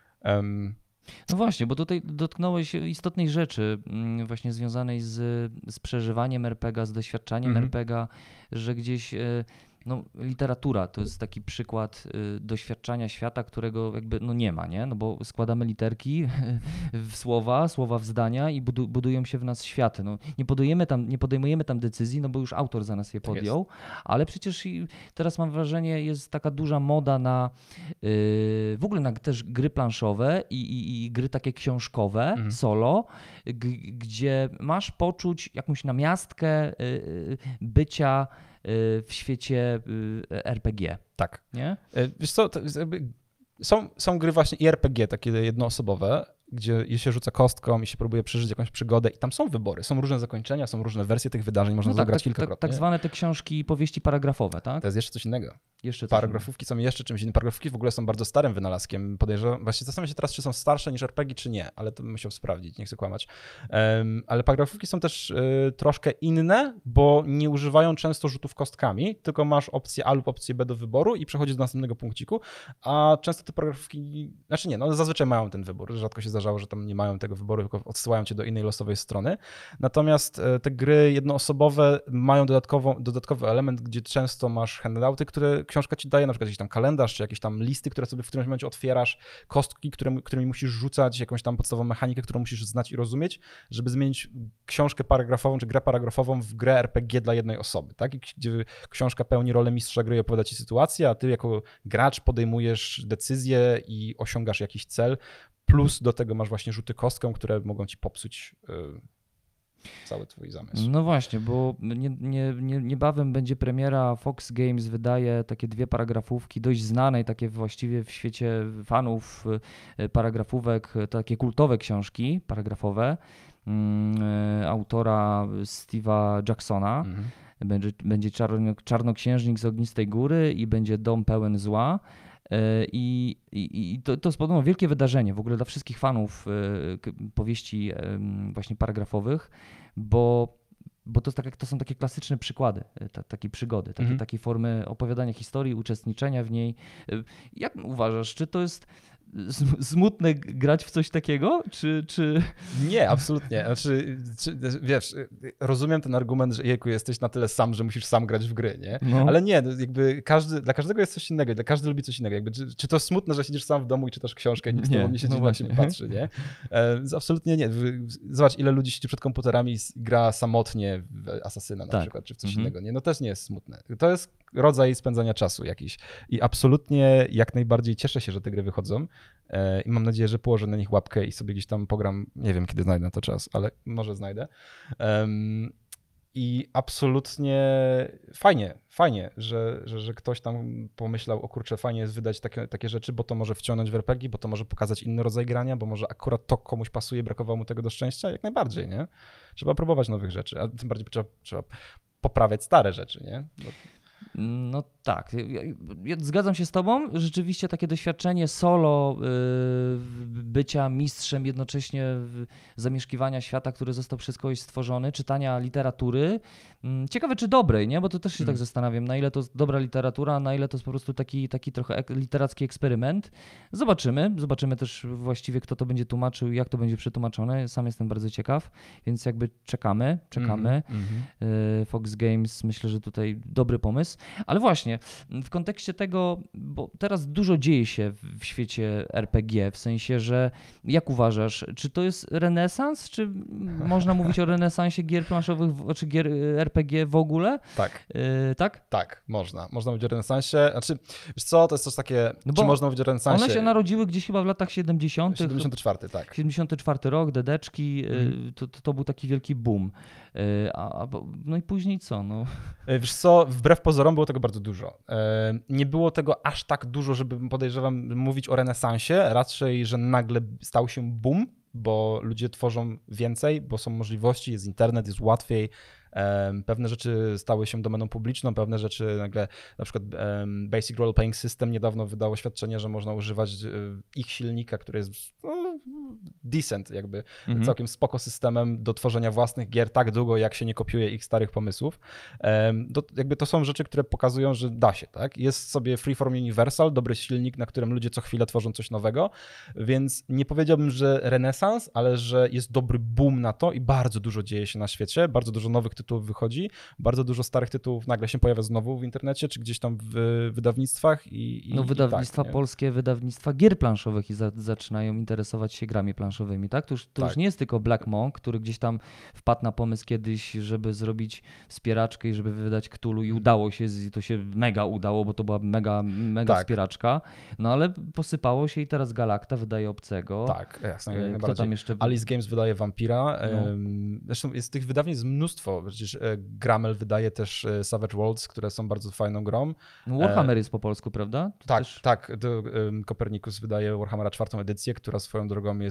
No właśnie, bo tutaj dotknąłeś istotnej rzeczy właśnie związanej z przeżywaniem RPG, z doświadczaniem RPG, że gdzieś no, literatura to jest taki przykład doświadczania świata, którego jakby no nie ma, nie? No bo składamy literki w słowa w zdania i budują się w nas światy. No, nie podejmujemy tam decyzji, no bo już autor za nas je podjął, ale przecież teraz mam wrażenie, jest taka duża moda na w ogóle na też gry planszowe i gry takie książkowe, solo, gdzie masz poczuć jakąś namiastkę bycia w świecie RPG. Tak. Nie? Wiesz co, są gry właśnie i RPG takie jednoosobowe, gdzie się rzuca kostką i się próbuje przeżyć jakąś przygodę i tam są wybory, są różne zakończenia, są różne wersje tych wydarzeń, można zagrać kilkakrotnie. Tak zwane te książki, powieści paragrafowe, tak? To jest jeszcze coś innego. Jeszcze coś Paragrafówki są jeszcze czymś innym. Paragrafówki w ogóle są bardzo starym wynalazkiem. Podejrzewam, właśnie zastanawiam się teraz, czy są starsze niż RPG, czy nie, ale to bym musiał sprawdzić, nie chcę kłamać. Ale paragrafówki są też troszkę inne, bo nie używają często rzutów kostkami, tylko masz opcję A lub opcję B do wyboru i przechodzisz do następnego punkciku, a często te paragrafówki, znaczy nie, no zazwyczaj mają ten wybór. Rzadko się zdarzało, że tam nie mają tego wyboru, tylko odsyłają cię do innej losowej strony. Natomiast te gry jednoosobowe mają dodatkowy element, gdzie często masz handouty, które książka ci daje, na przykład jakiś tam kalendarz, czy jakieś tam listy, które sobie w którymś momencie otwierasz, kostki, którymi musisz rzucać, jakąś tam podstawową mechanikę, którą musisz znać i rozumieć, żeby zmienić książkę paragrafową, czy grę paragrafową w grę RPG dla jednej osoby, tak? Gdzie książka pełni rolę mistrza gry i opowiada ci sytuację, a ty jako gracz podejmujesz decyzję i osiągasz jakiś cel, plus do tego masz właśnie rzuty kostką, które mogą ci popsuć cały twój zamysł. No właśnie, bo niebawem będzie premiera. Fox Games wydaje takie 2 paragrafówki, dość znane i takie właściwie w świecie fanów paragrafówek, takie kultowe książki paragrafowe autora Steve'a Jacksona. Będzie Czarnoksiężnik z Ognistej Góry i będzie Dom pełen zła. I to jest podobno wielkie wydarzenie w ogóle dla wszystkich fanów powieści właśnie paragrafowych, bo to są takie klasyczne przykłady takiej przygody, takiej formy opowiadania historii, uczestniczenia w niej. Jak uważasz, czy to jest smutne grać w coś takiego, czy... Nie, absolutnie. Znaczy, wiesz, rozumiem ten argument, że jejku, jesteś na tyle sam, że musisz sam grać w gry, nie? No. Ale nie, jakby dla każdego jest coś innego, każdy lubi coś innego. Jakby, czy to smutne, że siedzisz sam w domu i czytasz książkę i nikt z tobą nie siedzi na ciebie patrzy, nie? Absolutnie nie. Zobacz, ile ludzi siedzi przed komputerami i gra samotnie w Asasyna na przykład, czy w coś innego, nie? No też nie jest smutne. To jest rodzaj spędzania czasu jakiś. I absolutnie jak najbardziej cieszę się, że te gry wychodzą i mam nadzieję, że położę na nich łapkę i sobie gdzieś tam pogram. Nie wiem, kiedy znajdę na to czas, ale może znajdę. I absolutnie fajnie, że ktoś tam pomyślał, o kurczę, fajnie jest wydać takie rzeczy, bo to może wciągnąć w RPG, bo to może pokazać inny rodzaj grania, bo może akurat to komuś pasuje, brakowało mu tego do szczęścia. Jak najbardziej, nie? Trzeba próbować nowych rzeczy, a tym bardziej trzeba poprawiać stare rzeczy, nie? No tak, ja zgadzam się z tobą. Rzeczywiście takie doświadczenie solo bycia mistrzem, jednocześnie zamieszkiwania świata, który został przez kogoś stworzony, czytania literatury. Ciekawe, czy dobrej, nie? Bo to też się tak zastanawiam, na ile to jest dobra literatura, na ile to jest po prostu taki trochę literacki eksperyment. Zobaczymy też właściwie, kto to będzie tłumaczył, jak to będzie przetłumaczone. Sam jestem bardzo ciekaw, więc jakby czekamy. Fox Games, myślę, że tutaj dobry pomysł. Ale właśnie, w kontekście tego, bo teraz dużo dzieje się w świecie RPG, w sensie, że jak uważasz, czy to jest renesans, czy można mówić o renesansie gier planszowych, czy gier RPG w ogóle? Tak. Tak? Tak, można. Można mówić o renesansie. Znaczy, wiesz co, to jest coś takie, No czy można mówić o renesansie? One się narodziły gdzieś chyba w latach 70. 74, tak. 74 rok, dedeczki, to był taki wielki boom. No i później co? No. Wiesz co, wbrew pozorom było tego bardzo dużo. Nie było tego aż tak dużo, żeby podejrzewam mówić o renesansie, raczej, że nagle stał się boom, bo ludzie tworzą więcej, bo są możliwości, jest internet, jest łatwiej. Pewne rzeczy stały się domeną publiczną, pewne rzeczy nagle, na przykład Basic Role Playing System niedawno wydało oświadczenie, że można używać ich silnika, który jest decent, jakby całkiem spoko systemem do tworzenia własnych gier tak długo, jak się nie kopiuje ich starych pomysłów. Jakby to są rzeczy, które pokazują, że da się, tak? Jest sobie Freeform Universal, dobry silnik, na którym ludzie co chwilę tworzą coś nowego, więc nie powiedziałbym, że renesans, ale że jest dobry boom na to i bardzo dużo dzieje się na świecie, bardzo dużo nowych tytułów wychodzi, bardzo dużo starych tytułów nagle się pojawia znowu w internecie, czy gdzieś tam w wydawnictwach. Wydawnictwa tak, polskie, wydawnictwa gier planszowych i zaczynają interesować się grami planszowymi, tak? To już nie jest tylko Black Monk, który gdzieś tam wpadł na pomysł kiedyś, żeby zrobić wspieraczkę i żeby wydać Cthulhu i udało się, i to się mega udało, bo to była mega wspieraczka, no ale posypało się i teraz Galacta wydaje Obcego. Tak, jasne, jak Kto najbardziej. tam jeszcze... Alice Games wydaje Vampira. Zresztą jest tych wydawnictw mnóstwo. Przecież Gramel wydaje też Savage Worlds, które są bardzo fajną grą. Warhammer jest po polsku, prawda? Tak. Kopernikus wydaje Warhammera 4. edycję, która swoją drogą jest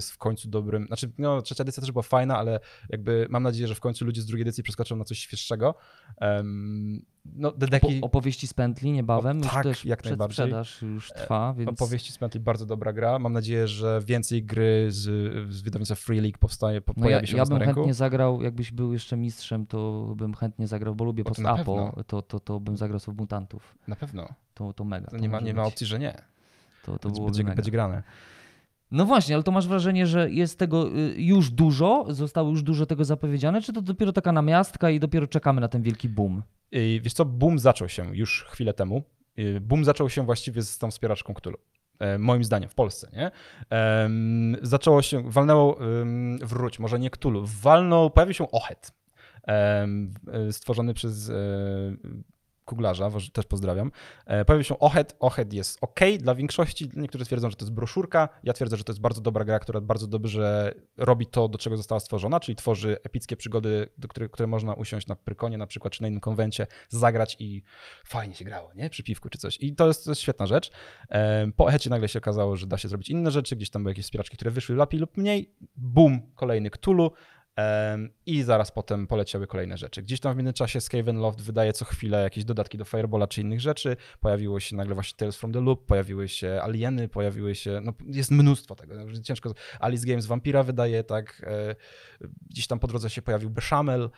jest w końcu dobrym, znaczy no trzecia edycja też była fajna, ale jakby mam nadzieję, że w końcu ludzie z drugiej edycji przeskoczą na coś świeższego. No Dedeki... Opowieści z pętli niebawem, już tak, też jak najbardziej. przedsprzedaż już trwa, więc... Opowieści z Pętli, bardzo dobra gra. Mam nadzieję, że więcej gry z wydawnictwa Free League pojawi się ja u nas na bym rynku. chętnie zagrał, jakbyś był jeszcze mistrzem, to bym chętnie zagrał, bo lubię O, to na post-apo, pewno. to bym zagrał sobie w Mutantów. Na pewno. To mega. To To nie ma może być. opcji, że nie. To byłoby mega. Będzie grane. No właśnie, ale to masz wrażenie, że jest tego już dużo? Zostało już dużo tego zapowiedziane? Czy to dopiero taka namiastka i dopiero czekamy na ten wielki boom? I wiesz co, boom zaczął się już chwilę temu. Boom zaczął się właściwie z tą wspieraczką Cthulhu. Moim zdaniem w Polsce, nie? Zaczęło się, walnęło, może nie Cthulhu, pojawił się Ochet, stworzony przez Kuglarza, też pozdrawiam. Pojawił się Ochet. Ochet jest ok dla większości. Niektórzy twierdzą, że to jest broszurka. Ja twierdzę, że to jest bardzo dobra gra, która bardzo dobrze robi to, do czego została stworzona, czyli tworzy epickie przygody, które można usiąść na Prykonie na przykład, czy na innym konwencie, zagrać i fajnie się grało, nie? Przy piwku czy coś. I to jest świetna rzecz. Po Ochecie nagle się okazało, że da się zrobić inne rzeczy. Gdzieś tam były jakieś wspieraczki, które wyszły lepiej lub mniej. Boom, kolejny Cthulhu. I zaraz potem poleciały kolejne rzeczy. Gdzieś tam w międzyczasie Skavenloft wydaje co chwilę jakieś dodatki do Firebola czy innych rzeczy. Pojawiło się nagle właśnie Tales from the Loop, pojawiły się Alieny, no jest mnóstwo tego. Ciężko. Alice Games Vampira wydaje, tak. Gdzieś tam po drodze się pojawił Bechamel.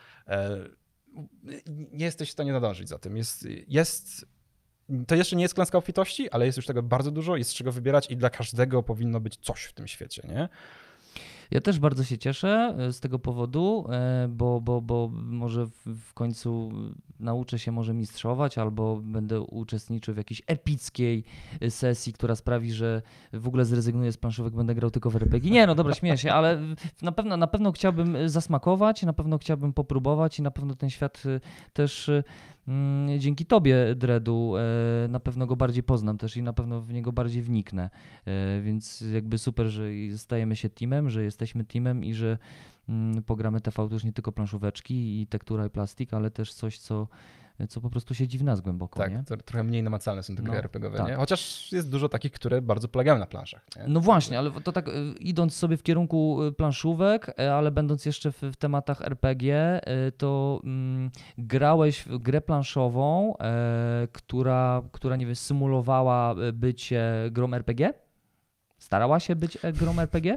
Nie jesteś w stanie nadążyć za tym. To jeszcze nie jest klęska obfitości, ale jest już tego bardzo dużo, jest z czego wybierać i dla każdego powinno być coś w tym świecie, nie? Ja też bardzo się cieszę z tego powodu, bo może w końcu nauczę się może mistrzować albo będę uczestniczył w jakiejś epickiej sesji, która sprawi, że w ogóle zrezygnuję z planszówek, będę grał tylko w RPG. Nie, no dobra, śmieję się, ale na pewno chciałbym zasmakować, na pewno chciałbym popróbować i na pewno ten świat też dzięki tobie, Dredu, na pewno go bardziej poznam też i na pewno w niego bardziej wniknę. Więc jakby super, że stajemy się teamem, że jesteśmy teamem i że pogramy TV to już nie tylko planszóweczki i tektura i plastik, ale też coś, co po prostu siedzi w nas głęboko. Tak, nie? to trochę mniej namacalne są te gry No, RPG-owe, tak. nie? Chociaż jest dużo takich, które bardzo polegają na planszach. Nie? No właśnie, ale to tak idąc sobie w kierunku planszówek, ale będąc jeszcze w tematach RPG, to grałeś w grę planszową, która nie wiem, symulowała bycie grą RPG? Starała się być grą RPG?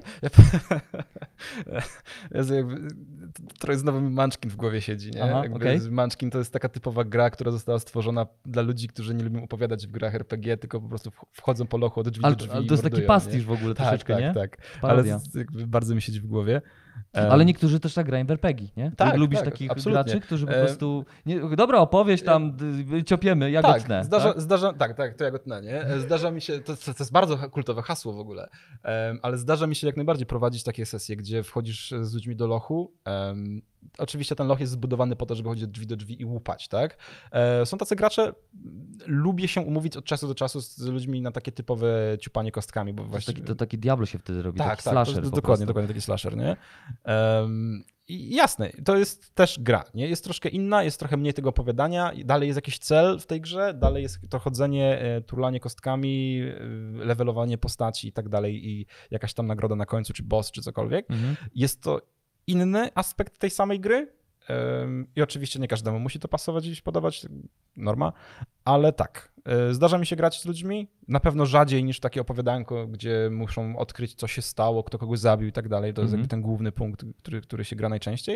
Trochę znowu mi Munchkin w głowie siedzi, nie? Aha, okej. Munchkin to jest taka typowa gra, która została stworzona dla ludzi, którzy nie lubią opowiadać w grach RPG, tylko po prostu wchodzą po lochu od drzwi do drzwi Ale i to jest taki mordują, pastisz nie? w ogóle Tak, troszeczkę, nie? tak. Parodia. Ale jakby bardzo mi siedzi w głowie. Ale niektórzy też tak grają w RPG, nie? Tak, Lubisz tak, takich absolutnie. graczy, którzy po prostu... dobra opowieść tam, ciopiemy, ja go Tak, tnę. tak, to ja go tnę, nie? Zdarza mi się, to jest bardzo kultowe hasło w ogóle, ale zdarza mi się jak najbardziej prowadzić takie sesje, gdzie wchodzisz z ludźmi do lochu. Oczywiście ten loch jest zbudowany po to, żeby chodzić od drzwi do drzwi i łupać, tak? Są tacy gracze, lubię się umówić od czasu do czasu z ludźmi na takie typowe ciupanie kostkami, bo właśnie... To taki Diablo się wtedy robi, Tak, taki tak, slasher dokładnie taki slasher, nie? I jasne, to jest też gra, nie? Jest troszkę inna, jest trochę mniej tego opowiadania, dalej jest jakiś cel w tej grze, dalej jest to chodzenie, turlanie kostkami, levelowanie postaci i tak dalej i jakaś tam nagroda na końcu, czy boss, czy cokolwiek. Mhm. Jest to inny aspekt tej samej gry i oczywiście nie każdemu musi to pasować i się podobać, norma, ale tak, zdarza mi się grać z ludźmi, na pewno rzadziej niż takie opowiadanko, gdzie muszą odkryć, co się stało, kto kogo zabił i tak dalej. To jest jakby ten główny punkt, który się gra najczęściej.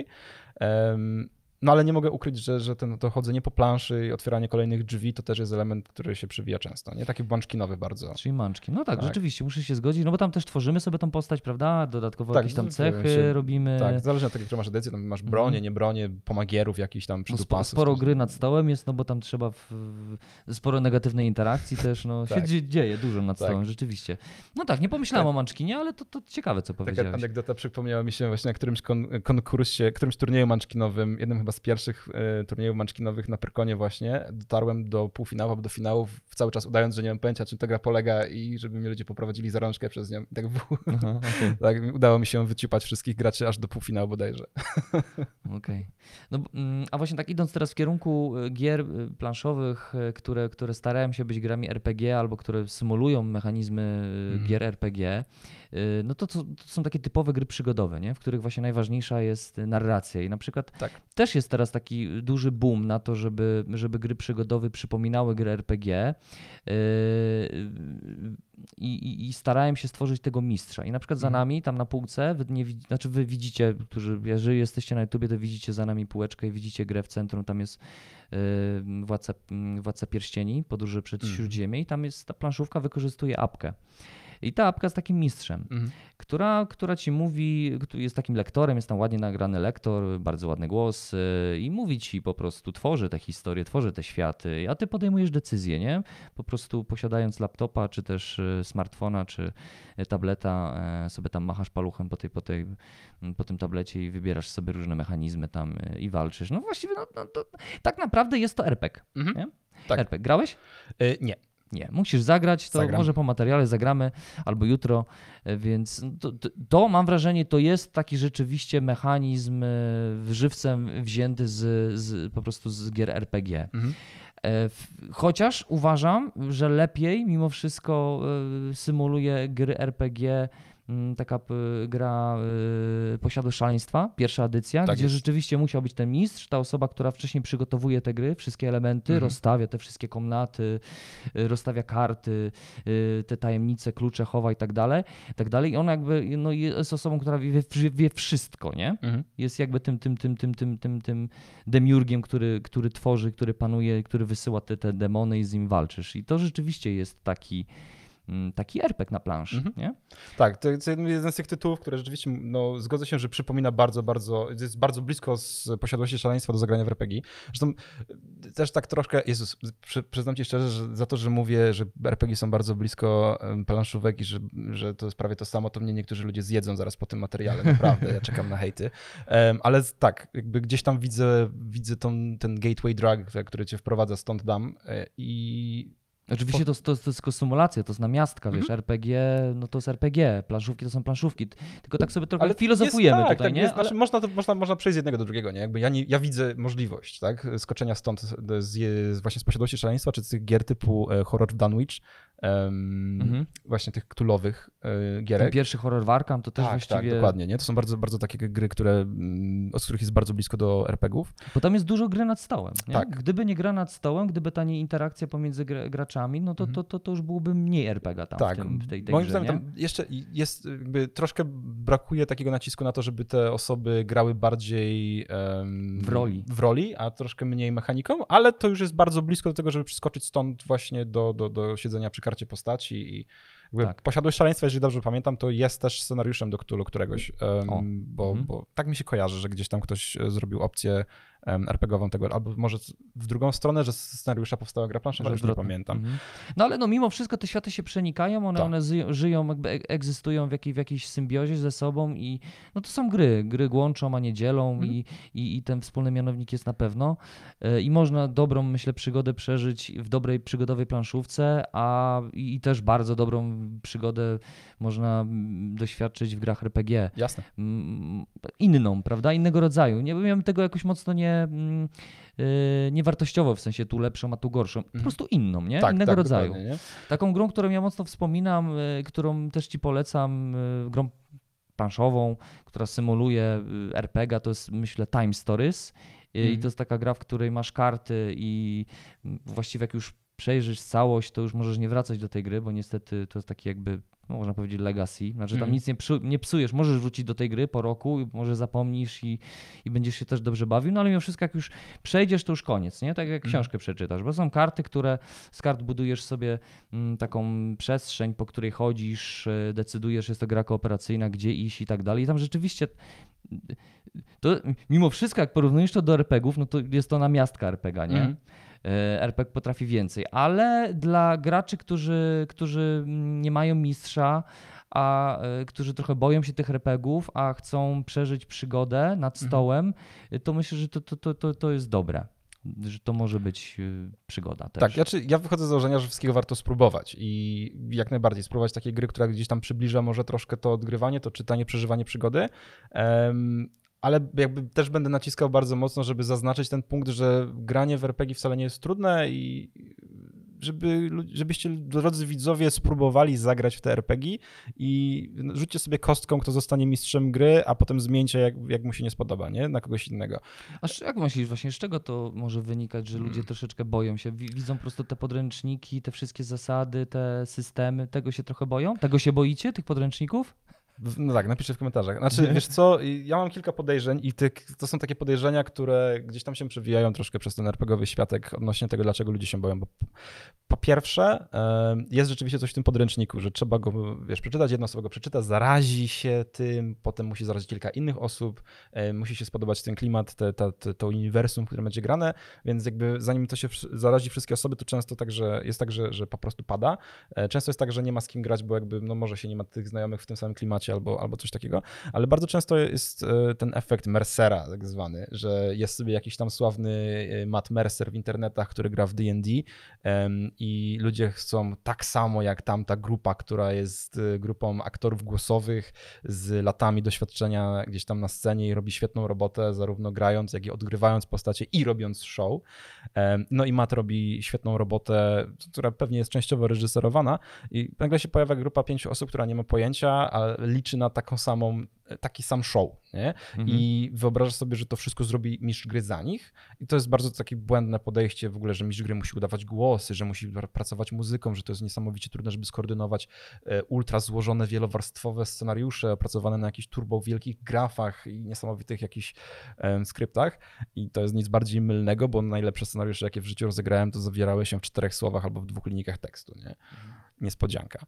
No ale nie mogę ukryć, że to chodzenie po planszy i otwieranie kolejnych drzwi to też jest element, który się przewija często. Nie taki munchkinowy bardzo. Czyli Munchkin. No tak, Tak. rzeczywiście, muszę się zgodzić, no bo tam też tworzymy sobie tą postać, prawda? Dodatkowo jakieś tam cechy się- robimy. Tak, zależnie od tego, które masz edycję, tam masz bronię, nie bronię, pomagierów jakichś tam No, przydupasów. sporo gry nad stołem jest, no bo tam trzeba sporo negatywnej interakcji też, no Tak. się dzieje dużo nad Tak. stołem, rzeczywiście. No tak, nie pomyślałem Tak. o Munchkinie, ale to ciekawe, co Taka powiedziałeś. anegdota przypomniała mi się właśnie na którymś konkursie, którymś turnieju munchkinowym, jednym chyba z pierwszych turniejów munchkinowych na Pyrkonie właśnie. Dotarłem do półfinału albo do finału, cały czas udając, że nie mam pojęcia, czym ta gra polega i żeby mnie ludzie poprowadzili za rączkę przez nią. I tak było. Aha, okej. Tak, udało mi się wyciupać wszystkich graczy aż do półfinału bodajże. Okej. No, a właśnie tak idąc teraz w kierunku gier planszowych, które starają się być grami RPG albo które symulują mechanizmy gier RPG, no to są takie typowe gry przygodowe, nie? W których właśnie najważniejsza jest narracja. I na przykład Tak. też jest teraz taki duży boom na to, żeby gry przygodowe przypominały gry RPG. I starałem się stworzyć tego mistrza. I na przykład za nami, tam na półce, wy widzicie, jeżeli jesteście na YouTubie, to widzicie za nami półeczkę i widzicie grę w centrum, tam jest Władca Pierścieni, Podróże przez Śródziemie i tam jest ta planszówka, wykorzystuje apkę. I ta apka jest takim mistrzem, która ci mówi, jest takim lektorem, jest tam ładnie nagrany lektor, bardzo ładny głos i mówi ci po prostu, tworzy te historie, tworzy te światy, a ty podejmujesz decyzje, nie? Po prostu posiadając laptopa, czy też smartfona, czy tableta, sobie tam machasz paluchem po tym tablecie i wybierasz sobie różne mechanizmy tam i walczysz. No właściwie to, tak naprawdę jest to RPG, nie? Tak. RPG. Grałeś? Nie. Nie, musisz zagrać, to Zagram. może po materiale zagramy albo jutro, więc to mam wrażenie, to jest taki rzeczywiście mechanizm żywcem wzięty po prostu z gier RPG. Chociaż uważam, że lepiej mimo wszystko symuluje gry RPG taka gra Posiadłość Szaleństwa, pierwsza edycja, Tak gdzie jest. rzeczywiście musiał być ten mistrz, ta osoba, która wcześniej przygotowuje te gry, wszystkie elementy, rozstawia te wszystkie komnaty, rozstawia karty, te tajemnice, klucze chowa i tak dalej. I ona jakby jest osobą, która wie wszystko, nie? Jest jakby tym demiurgiem, który tworzy, który panuje, który wysyła te demony i z nim walczysz. I to rzeczywiście jest taki RPG na planszy, nie? Tak, to jest jeden z tych tytułów, które rzeczywiście, zgodzę się, że przypomina jest bardzo blisko z Posiadłości Szaleństwa do zagrania w RPG. Zresztą też tak troszkę, przyznam ci szczerze, że za to, że mówię, że RPG są bardzo blisko planszówek i że to jest prawie to samo, to mnie niektórzy ludzie zjedzą zaraz po tym materiale, naprawdę, ja czekam na hejty. Ale tak, jakby gdzieś tam widzę ten gateway drug, który cię wprowadza, stąd dam i Oczywiście to jest tylko symulacja, to jest namiastka, wiesz, RPG, no to jest RPG, planszówki to są planszówki, tylko tak sobie trochę filozofujemy jest, tutaj, tak, nie? Jest, znaczy można przejść z jednego do drugiego, nie? Jakby ja widzę możliwość, tak? Skoczenia stąd właśnie z Posiadłości Szaleństwa, czy z tych gier typu Horror w Dunwich, właśnie tych cthulhowych gierek. Ten pierwszy horror w Arkham to też właściwie... Tak, dokładnie, nie? To są bardzo, bardzo takie gry, od których jest bardzo blisko do RPG-ów. Bo tam jest dużo gry nad stołem, nie? Tak. Gdyby nie gra nad stołem, gdyby ta nie interakcja pomiędzy graczami, no to już byłoby mniej RPG tam Tak, w tej moim grze, zdaniem nie? tam jeszcze jest, jakby troszkę brakuje takiego nacisku na to, żeby te osoby grały bardziej w roli, a troszkę mniej mechaniką, ale to już jest bardzo blisko do tego, żeby przeskoczyć stąd właśnie do siedzenia przy karcie postaci i jakby Posiadłość Szaleństwa, jeżeli dobrze pamiętam, to jest też scenariuszem do Cthulhu któregoś, bo tak mi się kojarzy, że gdzieś tam ktoś zrobił opcję RPG-ową tego, albo może w drugą stronę, że z scenariusza powstała gra planszowa, już nie pamiętam. No ale mimo wszystko te światy się przenikają, one żyją, jakby egzystują w jakiejś symbiozie ze sobą i no to są gry łączą, a nie dzielą i ten wspólny mianownik jest na pewno i można dobrą, myślę, przygodę przeżyć w dobrej przygodowej planszówce, i też bardzo dobrą przygodę można doświadczyć w grach RPG. Jasne. Inną, prawda? Innego rodzaju. Nie bym tego jakoś mocno nie wartościowo, w sensie tu lepszą, a tu gorszą. Po prostu inną, nie? Innego rodzaju. Nie? Taką grą, którą ja mocno wspominam, którą też ci polecam, grą planszową, która symuluje RPG, to jest, myślę, Time Stories. I to jest taka gra, w której masz karty i właściwie jak już przejrzysz całość, to już możesz nie wracać do tej gry, bo niestety to jest taki jakby, no można powiedzieć, legacy. Znaczy tam nic nie psujesz, możesz wrócić do tej gry po roku, może zapomnisz i będziesz się też dobrze bawił, no ale mimo wszystko jak już przejdziesz, to już koniec, nie? Tak jak książkę przeczytasz, bo są karty, z kart budujesz sobie taką przestrzeń, po której chodzisz, decydujesz, jest to gra kooperacyjna, gdzie iść i tak dalej. I tam rzeczywiście to mimo wszystko, jak porównujesz to do RPG-ów, no to jest to namiastka RPG, nie? RPG potrafi więcej, ale dla graczy, którzy nie mają mistrza, a którzy trochę boją się tych RPG-ów, a chcą przeżyć przygodę nad stołem, to myślę, że to jest dobre. Że to może być przygoda też. Tak, ja wychodzę z założenia, że wszystkiego warto spróbować i jak najbardziej spróbować takiej gry, która gdzieś tam przybliża może troszkę to odgrywanie, to czytanie, przeżywanie przygody. Ale jakby też będę naciskał bardzo mocno, żeby zaznaczyć ten punkt, że granie w RPG wcale nie jest trudne i żebyście, drodzy widzowie, spróbowali zagrać w te RPG i rzućcie sobie kostką, kto zostanie mistrzem gry, a potem zmieńcie, jak mu się nie spodoba, nie? Na kogoś innego. Jak myślisz właśnie, z czego to może wynikać, że ludzie troszeczkę boją się? Widzą po prostu te podręczniki, te wszystkie zasady, te systemy, tego się trochę boją? Tego się boicie, tych podręczników? No tak, napiszcie w komentarzach. Znaczy, wiesz co, ja mam kilka podejrzeń i to są takie podejrzenia, które gdzieś tam się przewijają troszkę przez ten RPGowy światek odnośnie tego, dlaczego ludzie się boją. Bo po pierwsze, jest rzeczywiście coś w tym podręczniku, że trzeba go, wiesz, przeczytać, jedna osoba go przeczyta, zarazi się tym, potem musi zarazić kilka innych osób, musi się spodobać ten klimat, to uniwersum, w którym będzie grane, więc jakby zanim to się zarazi wszystkie osoby, to często jest tak, że po prostu pada. Często jest tak, że nie ma z kim grać, bo jakby, no może się nie ma tych znajomych w tym samym klimacie albo coś takiego, ale bardzo często jest ten efekt Mercera tak zwany, że jest sobie jakiś tam sławny Matt Mercer w internetach, który gra w D&D i ludzie chcą tak samo jak tamta grupa, która jest grupą aktorów głosowych z latami doświadczenia gdzieś tam na scenie i robi świetną robotę, zarówno grając, jak i odgrywając postacie i robiąc show. No i Matt robi świetną robotę, która pewnie jest częściowo reżyserowana i nagle się pojawia grupa 5 osób, która nie ma pojęcia, a liczy na taki sam show, nie? I wyobrażasz sobie, że to wszystko zrobi mistrz gry za nich i to jest bardzo takie błędne podejście w ogóle, że mistrz gry musi udawać głosy, że musi pracować muzyką, że to jest niesamowicie trudne, żeby skoordynować ultra złożone, wielowarstwowe scenariusze opracowane na jakichś turbo wielkich grafach i niesamowitych jakichś skryptach i to jest nic bardziej mylnego, bo najlepsze scenariusze, jakie w życiu rozegrałem, to zawierały się w 4 słowach albo w 2 linijkach tekstu, nie? Niespodzianka.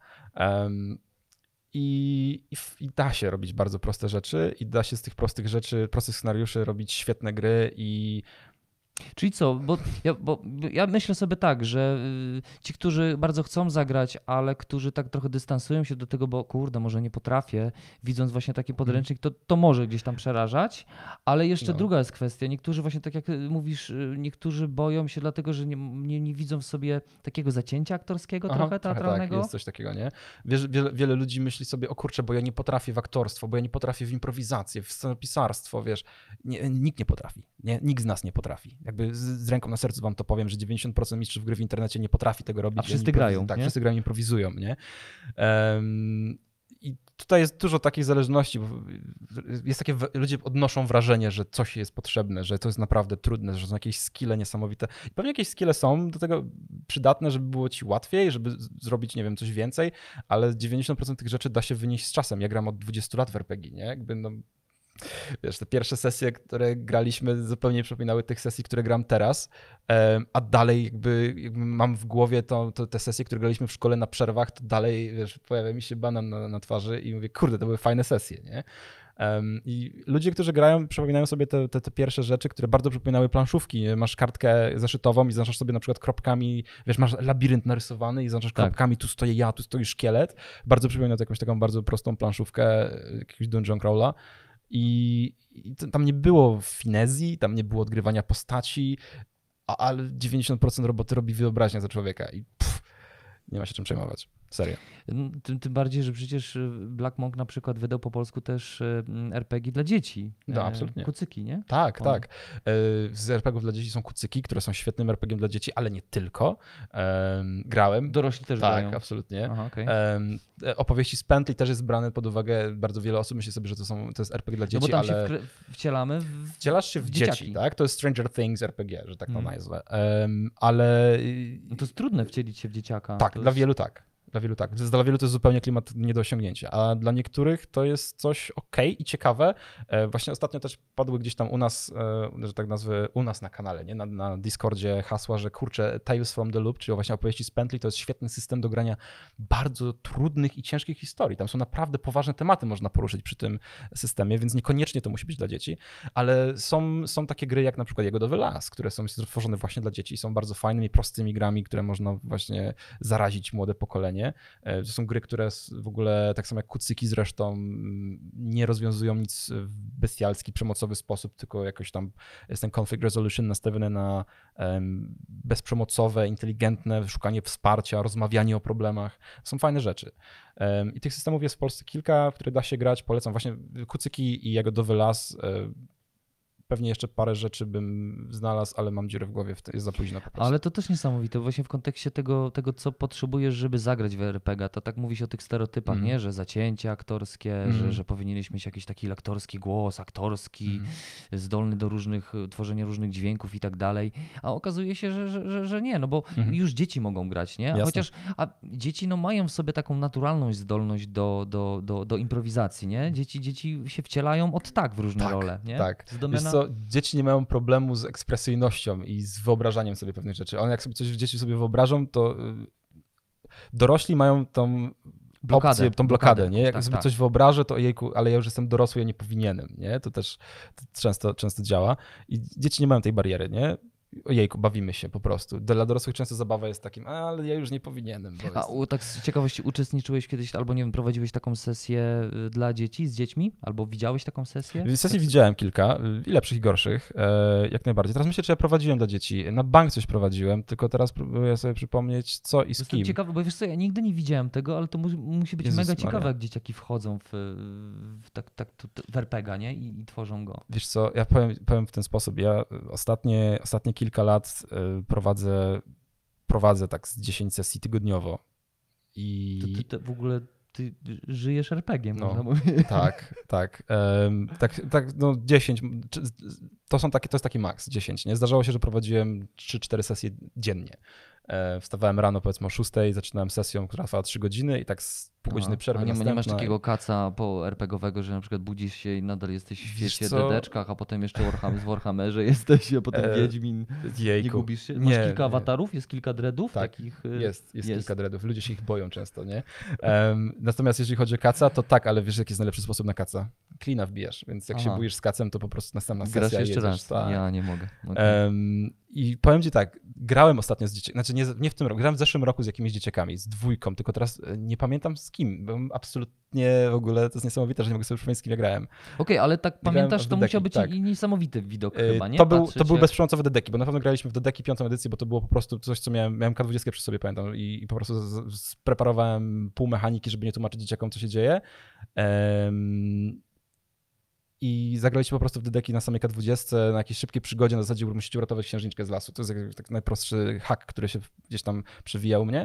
I da się robić bardzo proste rzeczy i da się z tych prostych rzeczy, prostych scenariuszy robić świetne gry i Czyli co? Bo ja myślę sobie tak, że ci, którzy bardzo chcą zagrać, ale którzy tak trochę dystansują się do tego, bo kurde, może nie potrafię, widząc właśnie taki podręcznik, to może gdzieś tam przerażać, ale jeszcze druga jest kwestia. Niektórzy właśnie, tak jak mówisz, niektórzy boją się dlatego, że nie widzą w sobie takiego zacięcia aktorskiego trochę teatralnego. Tak, jest coś takiego, nie? Wiele ludzi myśli sobie, o kurczę, bo ja nie potrafię w aktorstwo, bo ja nie potrafię w improwizację, w scenopisarstwo, wiesz. Nikt nie potrafi, nie? Nikt z nas nie potrafi. Jakby z ręką na sercu wam to powiem, że 90% mistrzów gry w internecie nie potrafi tego robić. A wszyscy grają, tak, nie? wszyscy grają, improwizują, nie? I tutaj jest dużo takich zależności, bo jest takie, ludzie odnoszą wrażenie, że coś jest potrzebne, że to jest naprawdę trudne, że są jakieś skille niesamowite. I pewnie jakieś skille są do tego przydatne, żeby było ci łatwiej, żeby zrobić, nie wiem, coś więcej, ale 90% tych rzeczy da się wynieść z czasem. Ja gram od 20 lat w RPG, nie? Jakby no, wiesz, te pierwsze sesje, które graliśmy, zupełnie przypominały tych sesji, które gram teraz, a dalej jakby mam w głowie te sesje, które graliśmy w szkole na przerwach, to dalej, wiesz, pojawia mi się banan na twarzy i mówię, kurde, to były fajne sesje, nie? I ludzie, którzy grają, przypominają sobie te pierwsze rzeczy, które bardzo przypominały planszówki. Masz kartkę zeszytową i zaznaczasz sobie na przykład kropkami, wiesz, masz labirynt narysowany i zaznaczasz kropkami, tu stoję ja, tu stoi szkielet. Bardzo przypomina to jakąś taką bardzo prostą planszówkę, jakiegoś dungeon crawla. I tam nie było finezji, tam nie było odgrywania postaci, ale 90% roboty robi wyobraźnia za człowieka i nie ma się czym przejmować. Serio. Tym bardziej, że przecież Black Monk na przykład wydał po polsku też RPG dla dzieci. No, absolutnie. Kucyki, nie? Tak, tak. Z RPGów dla dzieci są kucyki, które są świetnym RPGiem dla dzieci, ale nie tylko. Grałem. Dorośli też grają. Tak, absolutnie. Aha, okay. Opowieści z Pętli też jest brane pod uwagę. Bardzo wiele osób myśli sobie, że to jest RPG dla dzieci, no bo tam ale... się wcielamy Wcielasz się w dzieci, dzieciaki. tak? To jest Stranger Things RPG, że tak to nazwę. Ale... No to jest trudne wcielić się w dzieciaka. Tak, dla wielu tak. Dla wielu tak. Dla wielu to jest zupełnie klimat nie do osiągnięcia, a dla niektórych to jest coś okej i ciekawe. Właśnie ostatnio też padły gdzieś tam u nas, że tak nazwę, u nas na kanale, nie? Na Discordzie hasła, że kurczę, Tales from the Loop, czyli właśnie opowieści z pętli, to jest świetny system do grania bardzo trudnych i ciężkich historii. Tam są naprawdę poważne tematy można poruszyć przy tym systemie, więc niekoniecznie to musi być dla dzieci, ale są takie gry jak na przykład Jagodowy Las, które są stworzone właśnie dla dzieci i są bardzo fajnymi, prostymi grami, które można właśnie zarazić młode pokolenie. To są gry, które w ogóle, tak samo jak kucyki zresztą, nie rozwiązują nic w bestialski, przemocowy sposób, tylko jakoś tam jest ten conflict resolution nastawiony na bezprzemocowe, inteligentne szukanie wsparcia, rozmawianie o problemach. Są fajne rzeczy. I tych systemów jest w Polsce kilka, w które da się grać. Polecam właśnie kucyki i Jagodowy Las. pewnie jeszcze parę rzeczy bym znalazł, ale mam dziurę w głowie, jest za późno po prostu. Ale to też niesamowite, właśnie w kontekście tego, co potrzebujesz, żeby zagrać w RPG, to tak mówi się o tych stereotypach, nie? Że zacięcie aktorskie, że powinieneś mieć jakiś taki aktorski głos, aktorski, zdolny do tworzenia różnych dźwięków i tak dalej, a okazuje się, że nie, no bo już dzieci mogą grać, nie? Jasne. Chociaż dzieci no, mają w sobie taką naturalną zdolność do improwizacji, nie? Dzieci się wcielają w różne role, nie? Tak. Wiesz co, dzieci nie mają problemu z ekspresyjnością i z wyobrażaniem sobie pewnych rzeczy. One jak sobie coś dzieci sobie wyobrażą, to dorośli mają tą opcję, tą blokadę, nie? Jak sobie coś wyobrażę, to ojejku, ale ja już jestem dorosły, ja nie powinienem, nie? To też często działa. I dzieci nie mają tej bariery, nie? Ojejku, bawimy się po prostu. Dla dorosłych często zabawa jest takim, ale ja już nie powinienem. Tak z ciekawości uczestniczyłeś kiedyś, albo nie wiem, prowadziłeś taką sesję dla dzieci, z dziećmi? Albo widziałeś taką sesję? Sesji widziałem kilka, i lepszych i gorszych, jak najbardziej. Teraz myślę, czy ja prowadziłem dla dzieci. Na bank coś prowadziłem, tylko teraz próbuję sobie przypomnieć, co i z kim. Jestem ciekawy, bo wiesz co, ja nigdy nie widziałem tego, ale to musi być mega ciekawe, jak dzieciaki wchodzą w RPG, nie? I tworzą go. Wiesz co, ja powiem w ten sposób. Ja ostatnie kilka lat prowadzę tak z 10 sesji tygodniowo. I to w ogóle ty żyjesz RPG-iem, można powiedzieć. Tak. No 10. To jest taki maks, 10. Nie? Zdarzało się, że prowadziłem 3-4 sesje dziennie. Wstawałem rano powiedzmy o 6, zaczynałem sesją, która trwała 3 godziny i tak z pół godziny przerwy nie masz takiego kaca po RPG-owego, że na przykład budzisz się i nadal jesteś w świecie dedeczkach, a potem jeszcze w Warhammerze jesteś, a potem Wiedźmin. Jejku. Nie gubisz się? Masz kilka awatarów? Jest kilka dreadów? Tak, takich, jest kilka dreadów. Ludzie się ich boją często, nie? Natomiast jeżeli chodzi o kaca, to tak, ale wiesz jaki jest najlepszy sposób na kaca? Klina wbijasz, więc jak się bujesz z kacem, to po prostu następna sesja grasz jeszcze raz. Tak. Ja nie mogę. Okay. I powiem ci tak, grałem ostatnio z dzieciakami, znaczy nie w tym roku, grałem w zeszłym roku z jakimiś dzieciakami, z 2, tylko teraz nie pamiętam z kim, bo absolutnie w ogóle to jest niesamowite, że nie mogę sobie przypomnieć, z kim ja grałem. Okej, ale tak pamiętasz, to musiał być niesamowity widok chyba, nie? To był bezprzemocowe dedeki, bo na pewno graliśmy w dedeki 5. edycję, bo to było po prostu coś, co miałem K20 przy sobie, pamiętam, i po prostu spreparowałem pół mechaniki, żeby nie tłumaczyć dzieciakom, co się dzieje. I zagraliśmy po prostu w dedeki na samej K20, na jakiejś szybkiej przygodzie, na zasadzie, że musicie uratować księżniczkę z lasu. To jest tak najprostszy hack, który się gdzieś tam przewijał mnie.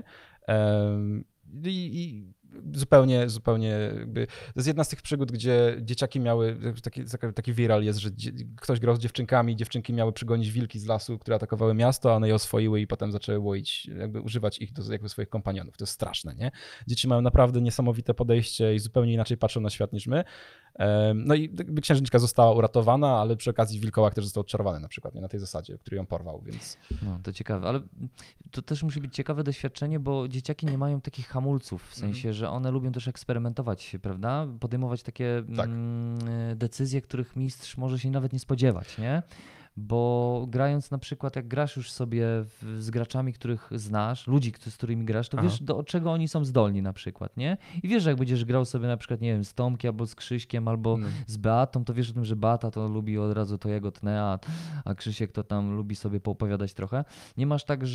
I zupełnie jakby, to jest jedna z tych przygód, gdzie dzieciaki miały, taki viral jest, że ktoś grał z dziewczynkami, dziewczynki miały przygonić wilki z lasu, które atakowały miasto, a one je oswoiły i potem zaczęły łoić, jakby używać ich do jakby swoich kompanionów. To jest straszne, nie? Dzieci mają naprawdę niesamowite podejście i zupełnie inaczej patrzą na świat niż my. No i księżniczka została uratowana, ale przy okazji wilkołak też został odczarowany na przykład, nie? Na tej zasadzie, który ją porwał, więc... No, to ciekawe, ale to też musi być ciekawe doświadczenie, bo dzieciaki nie mają takich hamulców, w sensie, że one lubią też eksperymentować, prawda? Podejmować takie decyzje, których mistrz może się nawet nie spodziewać, nie? Bo grając na przykład, jak grasz już sobie z graczami, których znasz, ludzi, z którymi grasz, to wiesz, do czego oni są zdolni na przykład, nie? I wiesz, że jak będziesz grał sobie na przykład, nie wiem, z Tomkiem albo z Krzyśkiem, albo z Beatą, to wiesz o tym, że Beata to lubi od razu to jego tnę, a Krzysiek to tam lubi sobie poopowiadać trochę. Nie masz tak,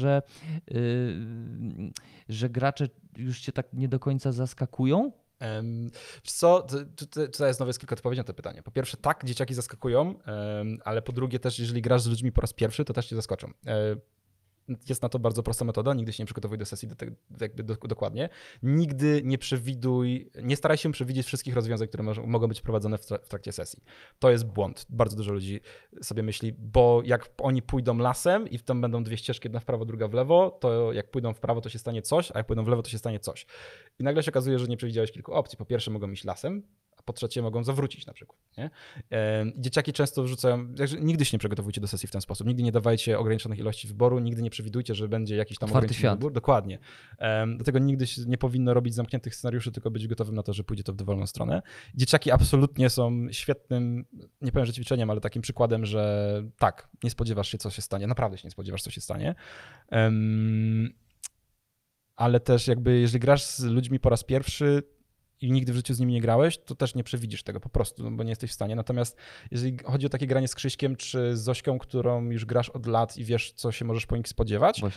że gracze już cię tak nie do końca zaskakują? Wiesz co, tutaj znowu jest kilka odpowiedzi na to pytanie. Po pierwsze, tak, dzieciaki zaskakują, ale po drugie też, jeżeli grasz z ludźmi po raz pierwszy, to też cię zaskoczą. Jest na to bardzo prosta metoda, nigdy się nie przygotowuj do sesji jakby dokładnie. Nigdy nie staraj się przewidzieć wszystkich rozwiązań, które mogą być wprowadzone w trakcie sesji. To jest błąd. Bardzo dużo ludzi sobie myśli, bo jak oni pójdą lasem i tam będą 2 ścieżki, jedna w prawo, druga w lewo, to jak pójdą w prawo, to się stanie coś, a jak pójdą w lewo, to się stanie coś. I nagle się okazuje, że nie przewidziałeś kilku opcji. Po pierwsze mogą iść lasem, a po trzecie mogą zawrócić na przykład. Nie? Dzieciaki często wrzucają, nigdy się nie przygotowujcie do sesji w ten sposób, nigdy nie dawajcie ograniczonych ilości wyboru, nigdy nie przewidujcie, że będzie jakiś tam ograniczony wybór. Dokładnie. Dlatego nigdy się nie powinno robić zamkniętych scenariuszy, tylko być gotowym na to, że pójdzie to w dowolną stronę. Dzieciaki absolutnie są świetnym, nie powiem, że ćwiczeniem, ale takim przykładem, że tak, nie spodziewasz się, co się stanie, naprawdę się nie spodziewasz, co się stanie. Ale też jakby, jeżeli grasz z ludźmi po raz pierwszy, i nigdy w życiu z nimi nie grałeś, to też nie przewidzisz tego po prostu, bo nie jesteś w stanie. Natomiast jeżeli chodzi o takie granie z Krzyśkiem czy z Zośką, którą już grasz od lat i wiesz, co się możesz po nich spodziewać,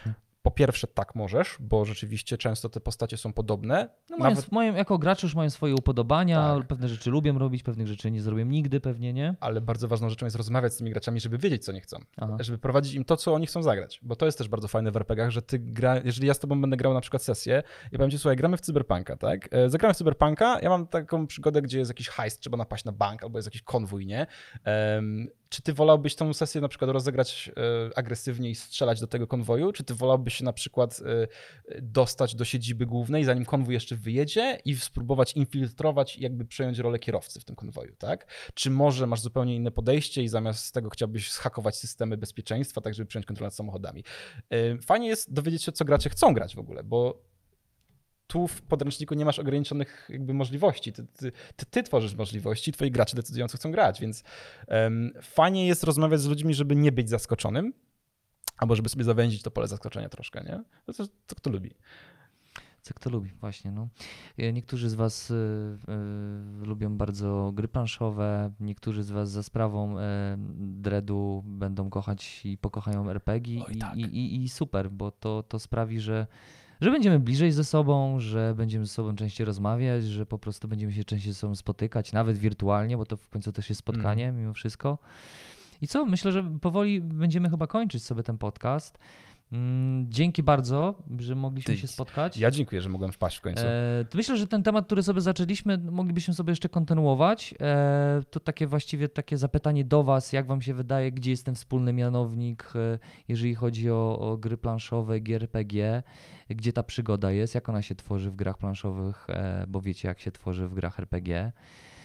po pierwsze tak możesz, bo rzeczywiście często te postacie są podobne. No jako gracz już mają swoje upodobania, Tak. pewne rzeczy lubię robić, pewnych rzeczy nie zrobię nigdy pewnie, nie? Ale bardzo ważną rzeczą jest rozmawiać z tymi graczami, żeby wiedzieć, co nie chcą. Aha. Żeby prowadzić im to, co oni chcą zagrać. Bo to jest też bardzo fajne w RPG-ach, że jeżeli ja z tobą będę grał na przykład sesję i powiem ci, słuchaj, gramy w Cyberpunka, tak? Zagramy w Cyberpunka, ja mam taką przygodę, gdzie jest jakiś heist, trzeba napaść na bank, albo jest jakiś konwój, nie? Czy ty wolałbyś tą sesję na przykład rozegrać agresywnie i strzelać do tego konwoju? Czy ty wolałbyś się na przykład dostać do siedziby głównej, zanim konwój jeszcze wyjedzie i spróbować infiltrować i jakby przejąć rolę kierowcy w tym konwoju, tak? Czy może masz zupełnie inne podejście i zamiast tego chciałbyś zhakować systemy bezpieczeństwa, tak żeby przejąć kontrolę nad samochodami? Fajnie jest dowiedzieć się, co gracze chcą grać w ogóle, bo tu w podręczniku nie masz ograniczonych jakby możliwości. Ty tworzysz możliwości, twoi gracze decydują, co chcą grać, więc fajnie jest rozmawiać z ludźmi, żeby nie być zaskoczonym, albo żeby sobie zawęzić to pole zaskoczenia troszkę, nie? To kto lubi. Co kto lubi, właśnie. No. Niektórzy z was lubią bardzo gry planszowe, niektórzy z was za sprawą Dreadu będą kochać i pokochają RPG tak. i super, bo to sprawi, że będziemy bliżej ze sobą, że będziemy ze sobą częściej rozmawiać, że po prostu będziemy się częściej ze sobą spotykać, nawet wirtualnie, bo to w końcu też jest spotkanie mimo wszystko. I co? Myślę, że powoli będziemy chyba kończyć sobie ten podcast. Dzięki bardzo, że mogliśmy się spotkać. Ja dziękuję, że mogłem wpaść w końcu. Myślę, że ten temat, który sobie zaczęliśmy, moglibyśmy sobie jeszcze kontynuować. To właściwie takie zapytanie do was, jak wam się wydaje, gdzie jest ten wspólny mianownik, jeżeli chodzi o gry planszowe, GRPG, gdzie ta przygoda jest, jak ona się tworzy w grach planszowych, bo wiecie, jak się tworzy w grach RPG.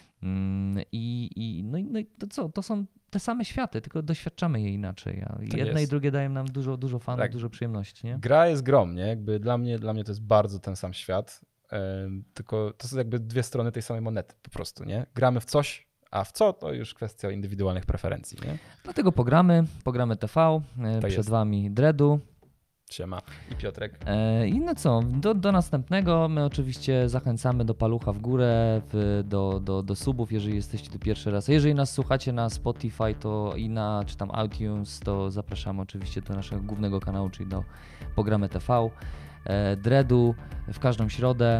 No i to co? To są te same światy, tylko doświadczamy je inaczej. Jedne i drugie dają nam dużo fanów, tak. Dużo przyjemności. Nie? Gra jest grom, nie? Jakby dla mnie to jest bardzo ten sam świat, tylko to są jakby dwie strony tej samej monety po prostu, nie? Gramy w coś, a w co to już kwestia indywidualnych preferencji, nie? Dlatego pogramy TV, przed wami Dreadu. Siema. I Piotrek. I no co, do następnego. My oczywiście zachęcamy do palucha w górę, do subów, jeżeli jesteście tu pierwszy raz. A jeżeli nas słuchacie na Spotify czy tam iTunes, to zapraszamy oczywiście do naszego głównego kanału, czyli do Pogramy TV. Dreadu w każdą środę.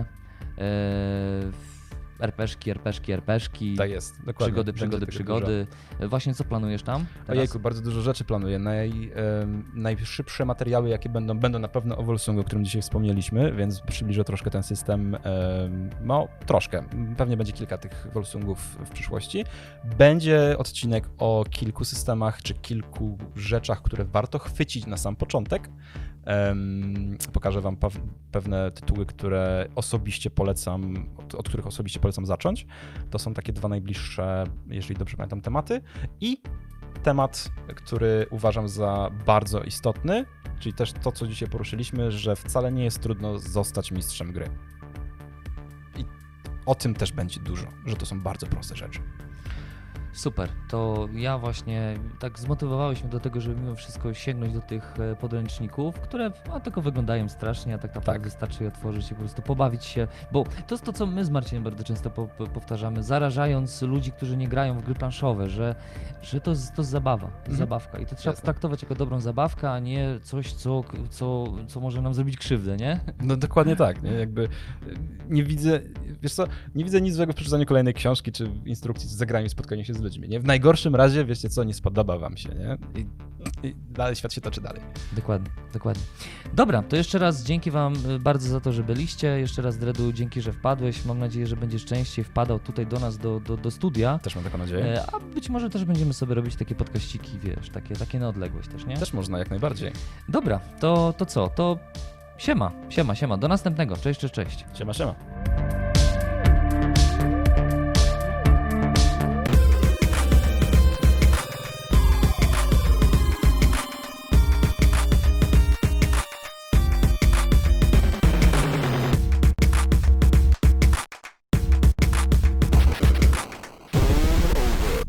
RPG-szki. Tak jest, dokładnie. Przygody. Właśnie co planujesz tam teraz? Ojejku, bardzo dużo rzeczy planuję. Najszybsze materiały, jakie będą na pewno o Volsungu, o którym dzisiaj wspomnieliśmy, więc przybliżę troszkę ten system. No, troszkę. Pewnie będzie kilka tych Volsungów w przyszłości. Będzie odcinek o kilku systemach, czy kilku rzeczach, które warto chwycić na sam początek. Pokażę wam pewne tytuły, które osobiście polecam, od których osobiście polecam zacząć. To są takie dwa najbliższe, jeżeli dobrze pamiętam, tematy. I temat, który uważam za bardzo istotny, czyli też to, co dzisiaj poruszyliśmy, że wcale nie jest trudno zostać mistrzem gry. I o tym też będzie dużo, że to są bardzo proste rzeczy. Super, to ja właśnie tak zmotywowałeś mnie do tego, żeby mimo wszystko sięgnąć do tych podręczników, które tylko wyglądają strasznie, a tak naprawdę wystarczy je otworzyć i po prostu pobawić się, bo to jest to, co my z Marcinem bardzo często powtarzamy, zarażając ludzi, którzy nie grają w gry planszowe, że to jest zabawa, zabawka i to trzeba traktować jako dobrą zabawkę, a nie coś, co może nam zrobić krzywdę, nie? No dokładnie tak, nie? Jakby nie widzę nic złego w przeczytaniu kolejnej książki, czy instrukcji, czy zagraniu, spotkaniu się z ludźmi, nie? W najgorszym razie, wiecie co, nie spodoba wam się, nie? I dalej świat się toczy dalej. Dokładnie. Dobra, to jeszcze raz dzięki wam bardzo za to, że byliście. Jeszcze raz, Dreadu, dzięki, że wpadłeś. Mam nadzieję, że będziesz częściej wpadał tutaj do nas, do studia. Też mam taką nadzieję. A być może też będziemy sobie robić takie podkaściki, wiesz, takie na odległość też, nie? Też można, jak najbardziej. Dobra, to co? To siema. Do następnego. Cześć. Siema.